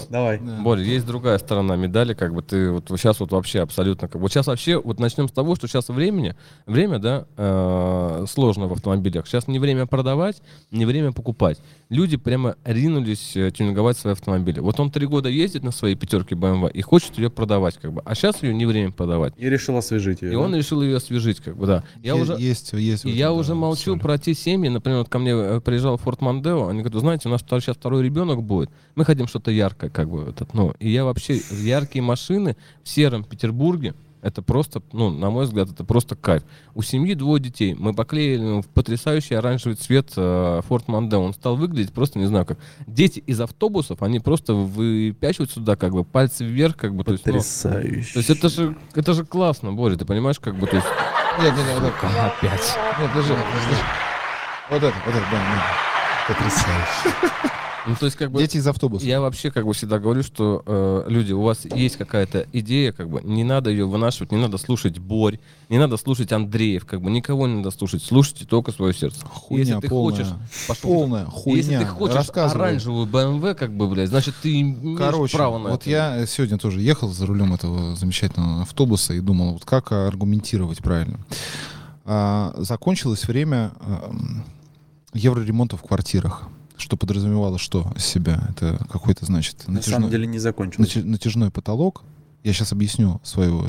Speaker 1: Давай.
Speaker 2: Да.
Speaker 3: Боря, есть другая сторона медали, как бы ты вот сейчас вот вообще абсолютно, вот сейчас вообще, вот начнем с того, что сейчас время, да, сложно в автомобилях. Сейчас не время продавать, не время покупать. Люди прямо ринулись тюнинговать свои автомобили. Вот он 3 года ездит на своей пятерке BMW и хочет ее продавать, как бы, а сейчас ее не время продавать.
Speaker 1: И решил освежить ее.
Speaker 3: И он решил ее освежить, как бы, да. Я уже молчу про те семьи, например, вот ко мне приезжал Ford Mondeo, они говорят, знаете, у нас сейчас второй ребенок будет, мы хотим что-то яркое, как бы, и я вообще, яркие машины в сером Петербурге, это просто, на мой взгляд, это просто кайф. У семьи 2 детей, мы поклеили в потрясающий оранжевый цвет Ford Mondeo, он стал выглядеть просто, не знаю как, дети из автобусов, они просто выпячивают сюда, как бы, пальцы вверх, как бы,
Speaker 1: Потрясающе.
Speaker 3: то есть это же классно, Боря, ты понимаешь, как бы, то есть...
Speaker 2: Нет, вот
Speaker 3: Опять.
Speaker 2: Нет, подожди. Вот это, да. Потрясающе.
Speaker 3: То есть, как бы,
Speaker 2: Дети из автобуса.
Speaker 3: я вообще, как бы, всегда говорю, что люди, у вас есть какая-то идея, как бы, не надо ее вынашивать, не надо слушать Борь, не надо слушать Андреев, как бы, никого не надо слушать, слушайте только свое сердце.
Speaker 2: Хуйня
Speaker 3: Если ты
Speaker 2: полная.
Speaker 3: хочешь,
Speaker 2: Полная хуйня.
Speaker 3: Если ты хочешь
Speaker 2: Рассказывай.
Speaker 3: оранжевую BMW, как бы, блядь, значит, ты имеешь право на
Speaker 2: вот
Speaker 3: это.
Speaker 2: я сегодня тоже ехал за рулем этого замечательного автобуса и думал, вот как аргументировать правильно. Закончилось время евроремонта в квартирах. Что подразумевало что из себя? Это какой-то, значит,
Speaker 1: На самом деле не закончилось.
Speaker 2: натяжной потолок. Я сейчас объясню свой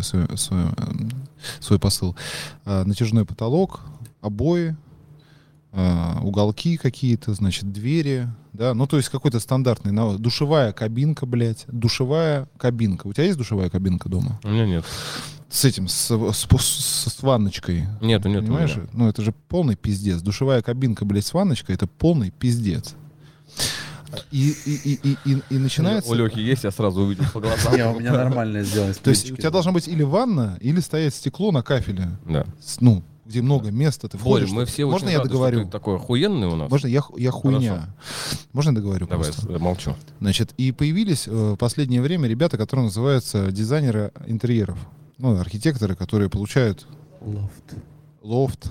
Speaker 2: посыл. Натяжной потолок, обои, уголки какие-то, значит, двери, да, то есть какой-то стандартный, душевая кабинка, блядь, душевая кабинка. У тебя есть душевая кабинка дома?
Speaker 3: У меня нет.
Speaker 2: С этим, с ванночкой.
Speaker 3: Нет.
Speaker 2: Понимаешь? Это же полный пиздец. Душевая кабинка, блядь, с ванночкой, это полный пиздец. И начинается...
Speaker 3: У Лехи есть, я сразу увидел по глазам.
Speaker 1: Не, у меня нормально сделано.
Speaker 2: То есть у тебя должна быть или ванна, или стоять стекло на кафеле.
Speaker 3: Да.
Speaker 2: Где много места, ты
Speaker 3: Боря,
Speaker 2: входишь.
Speaker 3: мы все
Speaker 2: Можно
Speaker 3: очень
Speaker 2: я
Speaker 3: рады, что
Speaker 2: договорю?
Speaker 3: ты такой охуенный у нас.
Speaker 2: Можно я хуйня? Можно я договорю?
Speaker 3: Давай,
Speaker 2: просто?
Speaker 3: я молчу.
Speaker 2: Значит, и появились в последнее время ребята, которые называются дизайнеры интерьеров. Архитекторы, которые получают лофт.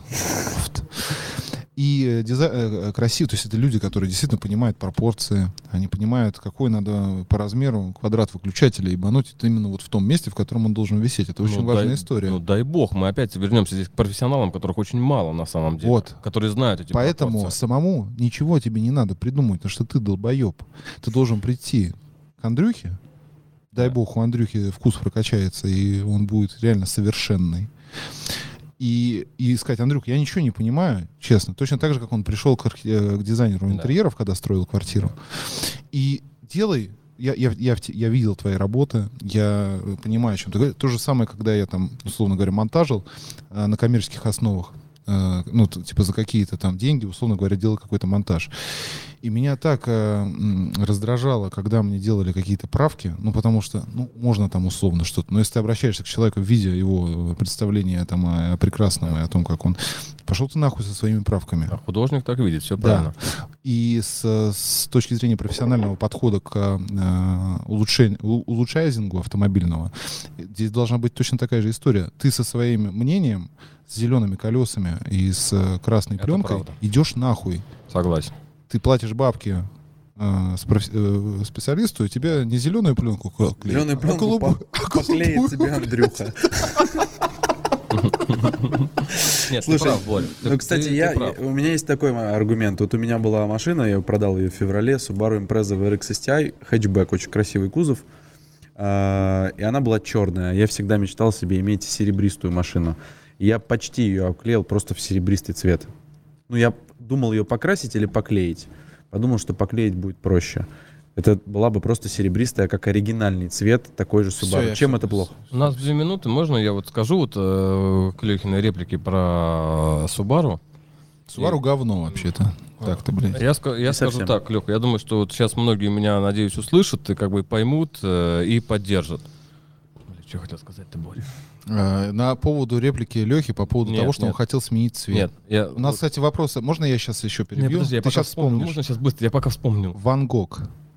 Speaker 2: И красиво, то есть это люди, которые действительно понимают пропорции, они понимают, какой надо по размеру квадрат выключателя ебануть это именно вот в том месте, в котором он должен висеть. Это очень важная история.
Speaker 3: Дай бог, мы опять вернемся здесь к профессионалам, которых очень мало на самом деле.
Speaker 2: Вот.
Speaker 3: Которые знают эти
Speaker 2: Поэтому
Speaker 3: пропорции.
Speaker 2: самому ничего тебе не надо придумать, потому что ты долбоеб. Ты должен прийти к Андрюхе, дай бог у Андрюхи вкус прокачается, и он будет реально совершенный. И сказать, Андрюх, я ничего не понимаю, честно. Точно так же, как он пришел к дизайнеру интерьеров, когда строил квартиру. И делай... Я видел твои работы, я понимаю, о чем ты говоришь. То же самое, когда я там, условно говоря, монтажил на коммерческих основах. Типа за какие-то там деньги, условно говоря, делал какой-то монтаж. И меня так раздражало, когда мне делали какие-то правки, потому что, можно там условно что-то, но если ты обращаешься к человеку, видя его представление там о прекрасном и о том, как он... Пошел ты нахуй со своими правками.
Speaker 3: А художник так видит, все правильно.
Speaker 2: И с точки зрения профессионального подхода к улучшайзингу автомобильного, здесь должна быть точно такая же история. Ты со своим мнением, с зелеными колесами и с красной пленкой идешь нахуй.
Speaker 3: Согласен.
Speaker 2: Ты платишь бабки специалисту, и тебе не зеленую пленку клеят,
Speaker 1: Зеленую пленку поклеит тебе Андрюха.
Speaker 3: Нет,
Speaker 1: Слушай,
Speaker 3: ты прав, Боря.
Speaker 1: Кстати, у меня есть такой аргумент. Вот у меня была машина, я продал ее в феврале, Subaru Impreza VRX STI, хэтчбэк, очень красивый кузов. И она была черная. Я всегда мечтал себе иметь серебристую машину. И я почти ее обклеил просто в серебристый цвет. Я думал ее покрасить или поклеить. Подумал, что поклеить будет проще. Это была бы просто серебристая, как оригинальный цвет, такой же Subaru. Чем это плохо?
Speaker 3: У нас 2 минуты, можно я скажу к Лехиной реплике про Subaru?
Speaker 2: Subaru говно вообще-то. Так-то, блядь.
Speaker 3: Я скажу так, Леха, я думаю, что вот сейчас многие меня, надеюсь, услышат и как бы поймут и поддержат. Что хотел сказать-то, Боря?
Speaker 2: На поводу реплики Лехи, по поводу того, что он хотел сменить цвет.
Speaker 3: Нет.
Speaker 2: У нас, кстати, вопросы. Можно я сейчас еще перебью?
Speaker 3: Подожди, я
Speaker 2: Ты
Speaker 3: пока
Speaker 2: сейчас вспомнишь.
Speaker 3: Можно сейчас быстро, я пока вспомнил.
Speaker 2: Ван Гог.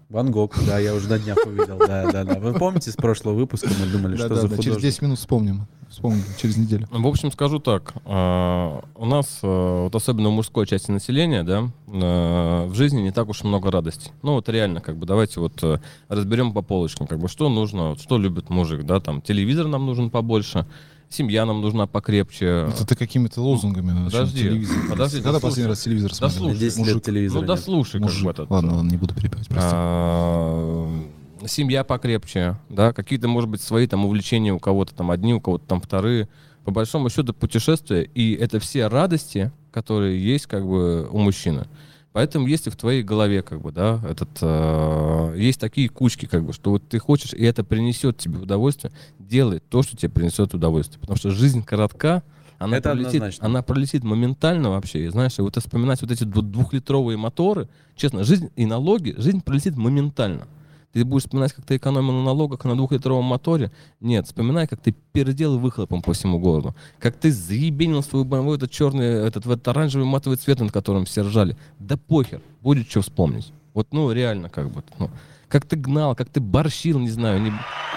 Speaker 1: Ван Гог, да, я уже на днях увидел, да. Вы помните, с прошлого выпуска мы думали, что за художник?
Speaker 2: Через 10 минут вспомним через неделю.
Speaker 3: В общем, скажу так. У нас, вот особенно у мужской части населения, да, в жизни не так уж и много радостей. Ну вот реально, как бы, давайте вот разберем по полочкам, как бы, что нужно, вот, что любит мужик, да, там, телевизор нам нужен побольше, семья нам нужна покрепче.
Speaker 2: Это ты какими-то лозунгами.
Speaker 3: Подожди.
Speaker 2: Когда последний раз телевизор смотрел?
Speaker 1: 10 лет телевизора
Speaker 3: Ну, дослушай, как бы этот.
Speaker 2: Ладно, не буду перебивать, прости.
Speaker 3: Семья покрепче, да, какие-то, может быть, свои там увлечения у кого-то там одни, у кого-то там вторые. По большому счету путешествия, и это все радости, которые есть как бы у мужчины. Поэтому если в твоей голове как бы, да, есть такие кучки, как бы, что вот ты хочешь, и это принесет тебе удовольствие, делай то, что тебе принесет удовольствие. Потому что жизнь коротка, она пролетит моментально вообще. И знаешь, и вот вспоминать вот эти двухлитровые моторы, честно, жизнь и налоги, жизнь пролетит моментально. Ты будешь вспоминать, как ты экономил на налогах на двухлитровом моторе? Нет, вспоминай, как ты переделал выхлопом по всему городу. Как ты заебенил свою BMW, этот черный, этот оранжевый матовый цвет, над которым все ржали. Да похер, будет что вспомнить. Вот, ну, реально, как бы. Ну, как ты гнал, как ты борщил, не знаю.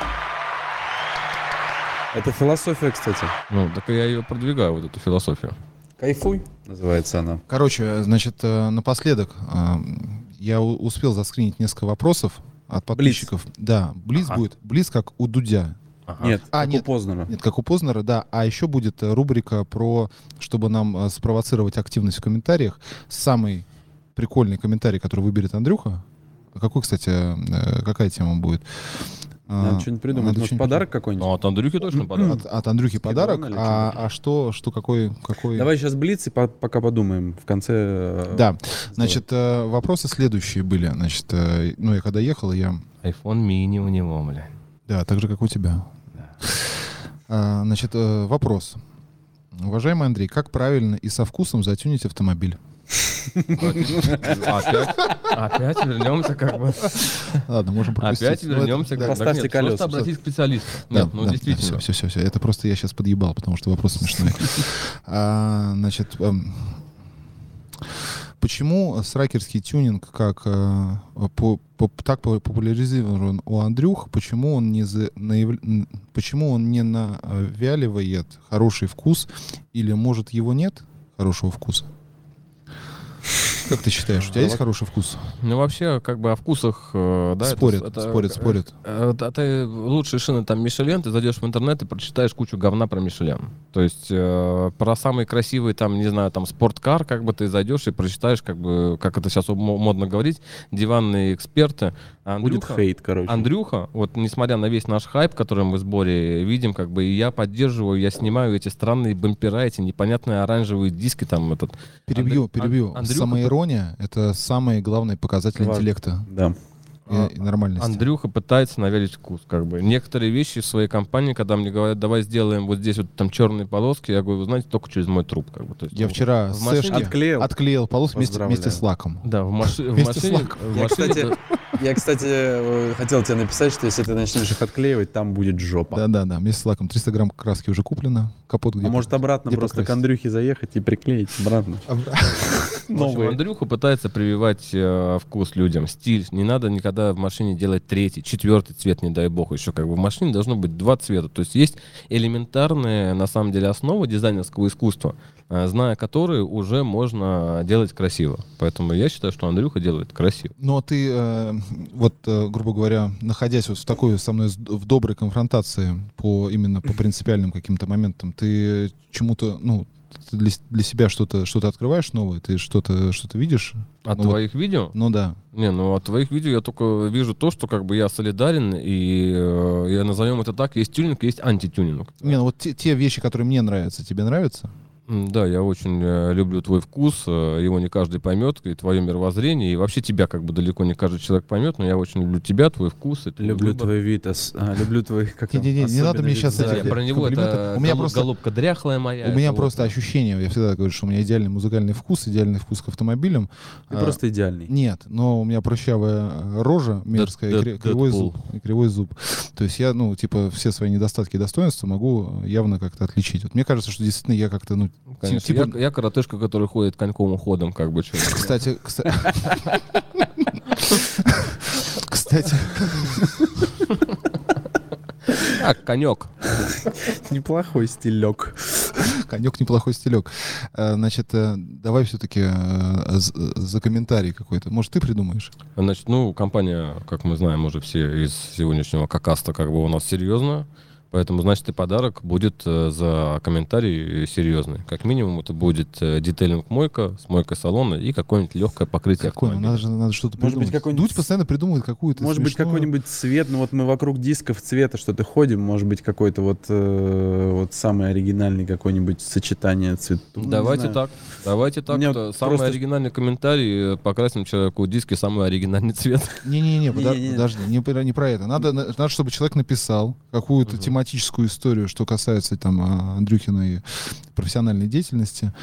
Speaker 1: Это философия, кстати.
Speaker 3: Ну, так я ее продвигаю, вот эту философию.
Speaker 1: Кайфуй, называется она.
Speaker 2: Короче, значит, напоследок я успел заскринить несколько вопросов от подписчиков. Блиц. Да, Блиц будет. Блиц как у Дудя.
Speaker 1: Ага. Нет, у Познера.
Speaker 2: Нет, как у Познера, да. А еще будет рубрика про, чтобы нам спровоцировать активность в комментариях. Самый прикольный комментарий, который выберет Андрюха. Какой, кстати, какая тема будет?
Speaker 1: Надо что-нибудь придумать. Может, подарок какой-нибудь?
Speaker 3: Ну, от Андрюхи точно подарок.
Speaker 2: От Андрюхи подарок. А что, какой?
Speaker 1: Давай сейчас Блиц и пока подумаем. В конце...
Speaker 2: Да. Значит, вопросы следующие были. Значит, ну, я когда ехал,
Speaker 3: iPhone mini у него, бля.
Speaker 2: Да, так же, как у тебя. Да. Значит, вопрос. Уважаемый Андрей, как правильно и со вкусом затюнить автомобиль?
Speaker 3: Опять вернемся как бы.
Speaker 2: Ладно, можем пропустить.
Speaker 3: Опять вернемся.
Speaker 1: Поставьте колеса.
Speaker 3: Просто обратить к специалисту.
Speaker 2: Да,
Speaker 3: Нет, ну действительно.
Speaker 2: Все. Это просто я сейчас подъебал, потому что вопрос смешной. Значит, почему сракерский тюнинг так популяризирован у Андрюх? Почему он не навяливает хороший вкус? Или, может, его нет хорошего вкуса? Как ты считаешь, у тебя есть хороший вкус?
Speaker 3: Ну, вообще, как бы о вкусах... Да,
Speaker 2: спорят.
Speaker 3: Ты лучшие шины там Мишелен, ты зайдешь в интернет и прочитаешь кучу говна про Мишелен. То есть про самые красивые, там, не знаю, там, спорткар, как бы ты зайдешь и прочитаешь, как бы, как это сейчас модно говорить, диванные эксперты.
Speaker 1: Будет хейт, короче.
Speaker 3: Андрюха, вот несмотря на весь наш хайп, который мы в сборе видим, как бы, и я поддерживаю, я снимаю эти странные бампера, эти непонятные оранжевые диски, там, этот...
Speaker 2: Перебью. Самоирония — это самый главный показатель интеллекта.
Speaker 1: Да.
Speaker 2: И нормальности.
Speaker 3: Андрюха пытается навялить вкус, как бы. Некоторые вещи в своей компании, когда мне говорят, давай сделаем вот здесь вот там черные полоски, я говорю, вы знаете, только через мой труп, как бы. То есть,
Speaker 2: я вчера
Speaker 3: в машине
Speaker 2: отклеил полоску вместе с лаком.
Speaker 3: Да, в машине.
Speaker 1: Я, кстати, хотел тебе написать, что если ты начнешь их отклеивать, там будет жопа.
Speaker 2: Да, вместе с лаком. 300 грамм краски уже куплено. Капот где-то.
Speaker 1: А может обратно просто покрасить? К Андрюхе заехать и приклеить обратно.
Speaker 3: В общем, Андрюха пытается прививать вкус людям, стиль. Не надо никогда в машине делать третий, четвертый цвет, не дай бог. Еще как бы в машине должно быть 2 цвета. То есть есть элементарные, на самом деле, основы дизайнерского искусства, зная которые уже можно делать красиво. Поэтому я считаю, что Андрюха делает красиво.
Speaker 2: Ну, а ты, грубо говоря, находясь вот в такой со мной в доброй конфронтации именно по принципиальным каким-то моментам, ты чему-то, ну, ты для себя что-то открываешь новое? Ты что-то видишь?
Speaker 3: От твоих видео?
Speaker 2: Ну да.
Speaker 3: От твоих видео я только вижу то, что как бы я солидарен, и я назовем это так, есть тюнинг, есть антитюнинг.
Speaker 2: Вот те вещи, которые мне нравятся, тебе нравятся?
Speaker 3: Да, я очень люблю твой вкус, его не каждый поймет, и твое мировоззрение, и вообще тебя как бы далеко не каждый человек поймет, но я очень люблю тебя, твой вкус. И твой
Speaker 1: люблю твой вид, люблю твои
Speaker 2: не надо мне сейчас
Speaker 3: про него это у меня голубка дряхлая моя.
Speaker 2: У меня просто ощущение, я всегда говорю, что у меня идеальный музыкальный вкус к автомобилям.
Speaker 1: Ты просто идеальный.
Speaker 2: Нет, но у меня прыщавая рожа мерзкая и кривой зуб. То есть я, все свои недостатки и достоинства могу явно как-то отличить. Вот мне кажется, что действительно я как-то,
Speaker 3: конечно. Я коротышка, который ходит коньковым ходом, как бы.
Speaker 2: Кстати, давайте.
Speaker 3: Так, конек.
Speaker 1: Неплохой стилек.
Speaker 2: Конек неплохой стилек. Значит, давай все-таки за комментарий какой-то. Может, ты придумаешь?
Speaker 3: Значит, компания, как мы знаем уже все из сегодняшнего какаста, как бы у нас серьезная. Поэтому, значит, и подарок будет за комментарий серьезный. Как минимум, это будет детейлинг-мойка с мойкой салона и какое-нибудь легкое покрытие.
Speaker 2: Какое? Надо что-то
Speaker 1: Может быть,
Speaker 2: придумать.
Speaker 1: какой-нибудь
Speaker 2: Дудь постоянно придумывает какую-то
Speaker 1: Может быть,
Speaker 2: смешную-
Speaker 1: какой-нибудь цвет, ну вот мы вокруг дисков цвета что-то ходим, может быть, какой-то вот самый оригинальный какой-нибудь сочетание цветов. Ну, не
Speaker 3: Давайте
Speaker 1: знаю.
Speaker 3: так. Давайте так.
Speaker 1: Мне
Speaker 3: Самый
Speaker 1: просто-
Speaker 3: оригинальный комментарий. Покрасим человеку диски самый оригинальный цвет.
Speaker 2: Не-не-не,
Speaker 1: Не-не-не.
Speaker 2: подожди, не про это. Надо, чтобы человек написал какую-то тематическую историю, что касается там Андрюхиной профессиональной деятельности.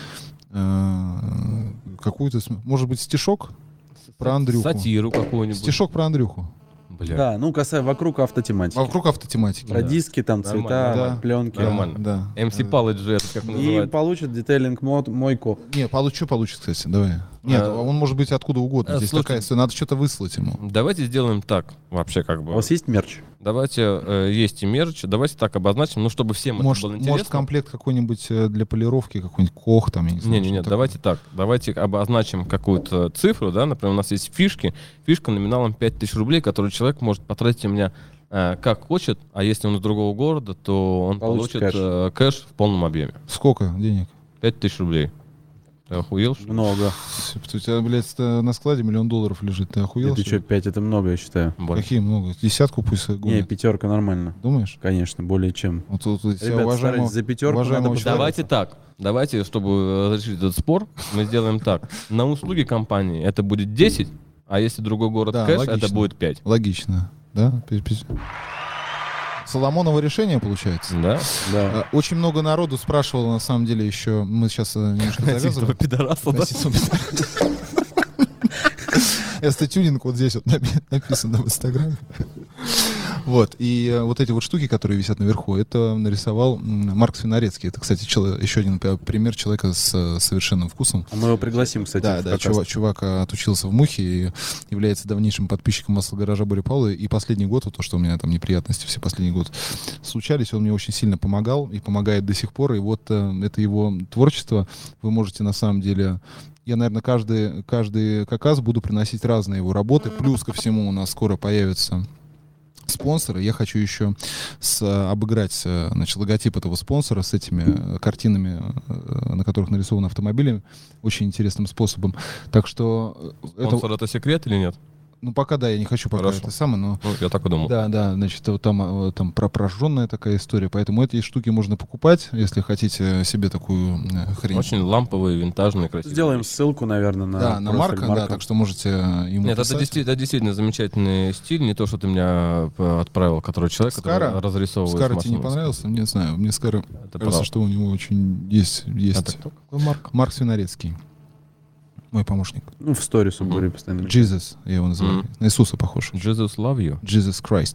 Speaker 2: Какую-то, может быть, стишок про Андрюху.
Speaker 3: Сатиру какую-нибудь.
Speaker 2: Стишок про Андрюху.
Speaker 3: Бля.
Speaker 1: Да, ну касаемо вокруг автотематики.
Speaker 2: Вокруг автотематики.
Speaker 1: Про диски, там,
Speaker 3: Нормально.
Speaker 1: цвета,
Speaker 2: Да.
Speaker 1: пленки.
Speaker 3: Нормально.
Speaker 2: Да.
Speaker 3: MC Палыч же это как
Speaker 1: И
Speaker 3: называют.
Speaker 1: получит детейлинг мойку.
Speaker 2: Не, что получит, кстати, давай. Нет, он может быть откуда угодно. Здесь
Speaker 3: слушайте,
Speaker 2: такая история. Надо что-то выслать ему.
Speaker 3: Давайте сделаем так. Вообще как бы.
Speaker 1: У вас есть мерч?
Speaker 3: Давайте, есть и мерч. Давайте так обозначим, ну, чтобы всем это было
Speaker 2: Может,
Speaker 3: интересно.
Speaker 2: комплект какой-нибудь для полировки, какой-нибудь Кох там, я не знаю.
Speaker 3: Не,
Speaker 2: что такое.
Speaker 3: давайте так. Давайте обозначим какую-то цифру, да, например, у нас есть фишки. Фишка номиналом 5000 рублей, которую человек может потратить у меня как хочет, а если он из другого города, то он
Speaker 1: Получит
Speaker 3: получит кэш в полном объеме.
Speaker 2: Сколько денег?
Speaker 3: 5000 рублей. Ты охуел, что ли?
Speaker 1: Много.
Speaker 2: У тебя, блядь, на складе $1 миллион лежит. Ты охуел?
Speaker 1: Это
Speaker 2: что ли?
Speaker 1: что, 5 это много, я считаю.
Speaker 3: Больше.
Speaker 2: Какие много? Десятку пусть
Speaker 1: Не,
Speaker 2: гонят.
Speaker 1: 5 нормально.
Speaker 2: Думаешь?
Speaker 1: Конечно, более чем.
Speaker 2: Вот тут тебя
Speaker 1: Ребят,
Speaker 2: уважаемого-
Speaker 1: старайтесь, за 5
Speaker 2: уважаемого
Speaker 1: надо
Speaker 2: человека-
Speaker 3: Давайте так. Давайте, чтобы разрешить этот спор, мы сделаем так. На услуги компании это будет 10, а если другой город
Speaker 2: Да,
Speaker 3: кэш,
Speaker 2: логично.
Speaker 3: это будет 5.
Speaker 2: Логично. Да? Соломоново решение получается.
Speaker 3: Да?
Speaker 1: Да.
Speaker 2: Очень много народу спрашивало, на самом деле, еще... Мы сейчас немножко завязываем.
Speaker 3: пидораса, да?
Speaker 2: Тюнинг вот здесь вот написано в Инстаграме. Вот. И вот эти вот штуки, которые висят наверху, это нарисовал Марк Свинарецкий. Это, кстати, еще один пример человека с совершенным вкусом.
Speaker 1: А мы его пригласим, кстати,
Speaker 2: Да,
Speaker 1: в
Speaker 2: да,
Speaker 1: подкаст.
Speaker 2: чувак отучился в Мухе и является давнейшим подписчиком масла-гаража Бори Павла. И последний год, вот то, что у меня там неприятности все последний год случались, он мне очень сильно помогал и помогает до сих пор. И вот это его творчество. Вы можете на самом деле... Я, наверное, каждый какас буду приносить разные его работы. Плюс ко всему у нас скоро появятся спонсоры. Я хочу еще обыграть, значит, логотип этого спонсора с этими картинами, на которых нарисованы автомобили, очень интересным способом. Так что
Speaker 3: Спонсор это секрет или нет?
Speaker 2: ну пока да, я не хочу пока
Speaker 3: Хорошо.
Speaker 2: это самое, но
Speaker 3: Ну, я так и думал.
Speaker 2: да, значит, вот там прожженная такая история, поэтому эти штуки можно покупать, если хотите себе такую хрень.
Speaker 3: Очень ламповые, винтажные, красивые.
Speaker 1: Сделаем
Speaker 3: вещи.
Speaker 1: ссылку, наверное, на
Speaker 2: Да, на
Speaker 1: профиль
Speaker 2: Марка, да, так что можете ему
Speaker 3: Нет,
Speaker 2: писать.
Speaker 3: это действительно замечательный стиль, не то, что ты меня отправил, который человек,
Speaker 2: Скара?
Speaker 3: который разрисовывает
Speaker 2: Скара
Speaker 3: маслом.
Speaker 2: тебе не понравился? Не знаю, мне Скара
Speaker 3: Это
Speaker 2: кажется,
Speaker 3: правда.
Speaker 2: что у него очень есть
Speaker 3: Это кто? Какой Марк?
Speaker 2: Марк Свинарецкий, мой помощник.
Speaker 1: Ну, в сторис он говорит постоянно.
Speaker 2: Jesus, я его называю.
Speaker 3: Мгм.
Speaker 2: На Иисуса похож.
Speaker 3: Jesus love you.
Speaker 2: Jesus Christ.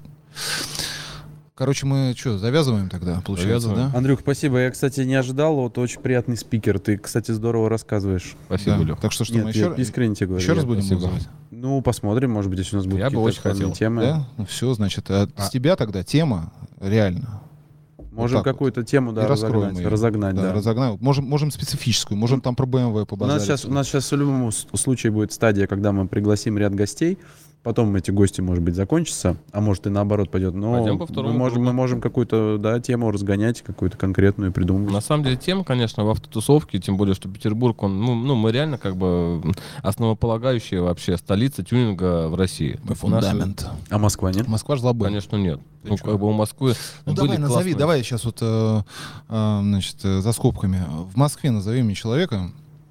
Speaker 2: Короче, мы что, завязываем тогда, получается,
Speaker 3: Завязываем.
Speaker 2: да?
Speaker 1: Андрюх, спасибо. Я, кстати, не ожидал. Вот очень приятный спикер. Ты, кстати, здорово рассказываешь.
Speaker 3: Спасибо,
Speaker 2: Да.
Speaker 3: Лёх.
Speaker 2: Так что,
Speaker 1: Нет,
Speaker 2: мы
Speaker 1: я искренне тебе говорю.
Speaker 2: еще раз
Speaker 1: Я-
Speaker 2: будем
Speaker 3: спасибо.
Speaker 2: называть?
Speaker 1: Ну, посмотрим, может быть, если у нас будут
Speaker 3: Я бы
Speaker 1: какие-то
Speaker 3: очень
Speaker 1: актуальные
Speaker 3: хотел.
Speaker 1: темы.
Speaker 2: Да? Ну все, значит, с тебя тогда тема реально.
Speaker 1: Можем
Speaker 2: Вот так
Speaker 1: какую-то тему, да,
Speaker 2: И раскроем
Speaker 1: разогнать.
Speaker 2: её.
Speaker 1: Разогнать, да.
Speaker 2: Разогнал. Можем специфическую, можем там про BMW
Speaker 1: У нас
Speaker 2: побазарить.
Speaker 1: сейчас в любом случае будет стадия, когда мы пригласим ряд гостей. Потом эти гости, может быть, закончатся, а может и наоборот пойдет. Но
Speaker 3: Пойдем по
Speaker 1: мы
Speaker 3: второму
Speaker 1: можем,
Speaker 3: кругу.
Speaker 1: мы можем какую-то тему разгонять, какую-то конкретную придумать.
Speaker 3: На самом деле тема, конечно, в автотусовке, тем более, что Петербург, он, ну, мы реально как бы основополагающая вообще столица тюнинга в России.
Speaker 2: Мы фундамент.
Speaker 1: А Москва нет?
Speaker 2: Москва жила бы.
Speaker 3: Конечно, нет.
Speaker 2: Ты
Speaker 3: Ну,
Speaker 2: чё?
Speaker 3: как бы у Москвы
Speaker 2: Ну
Speaker 3: были
Speaker 2: давай, назови,
Speaker 3: классные-
Speaker 2: давай сейчас вот, значит, за скобками. В Москве назови мне человека,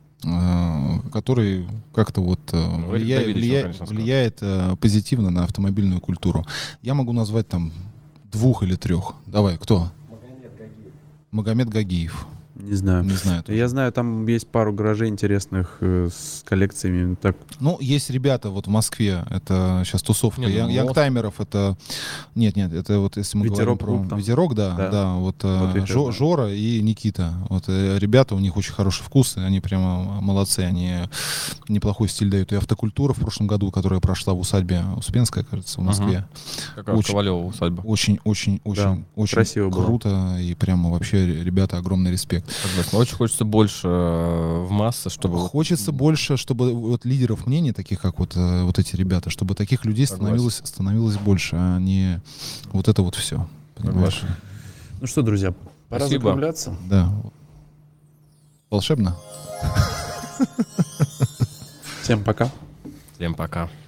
Speaker 2: который как-то вот
Speaker 3: Эрик Давидыч, конечно,
Speaker 2: влияет позитивно на автомобильную культуру. Я могу назвать там 2 или 3. Давай, кто? Магомед Гагиев.
Speaker 1: Не знаю.
Speaker 2: Не знаю. тоже.
Speaker 1: Я знаю, там есть пару гаражей интересных с коллекциями. Так,
Speaker 2: Ну, есть ребята вот в Москве, это сейчас тусовка
Speaker 3: Не, ну,
Speaker 2: янгтаймеров, это... Нет, это вот если мы
Speaker 1: Ветерок
Speaker 2: говорим
Speaker 1: клуб
Speaker 2: про...
Speaker 1: там.
Speaker 2: Ветерок, да,
Speaker 1: Да.
Speaker 2: вот,
Speaker 1: Вот их я знаю.
Speaker 2: Жора и Никита. Вот ребята, у них очень хороший вкус, и они прямо молодцы, они неплохой стиль дают. И автокультура в прошлом году, которая прошла в усадьбе Успенская, кажется, в Москве.
Speaker 3: Как раз
Speaker 2: Очень-
Speaker 3: Ковалева усадьба.
Speaker 2: Очень
Speaker 1: красиво было.
Speaker 2: круто, и прямо вообще, ребята, огромный респект.
Speaker 3: Согласен. Очень хочется больше в массы, чтобы... вот-
Speaker 2: Хочется больше, чтобы вот лидеров мнений, таких как вот эти ребята, чтобы таких людей становилось больше, а не вот это вот все. Понимаешь?
Speaker 3: Согласен.
Speaker 1: ну что, друзья, пора
Speaker 3: Спасибо.
Speaker 1: закругляться.
Speaker 2: Да. Волшебно.
Speaker 1: Всем пока.
Speaker 3: Всем пока.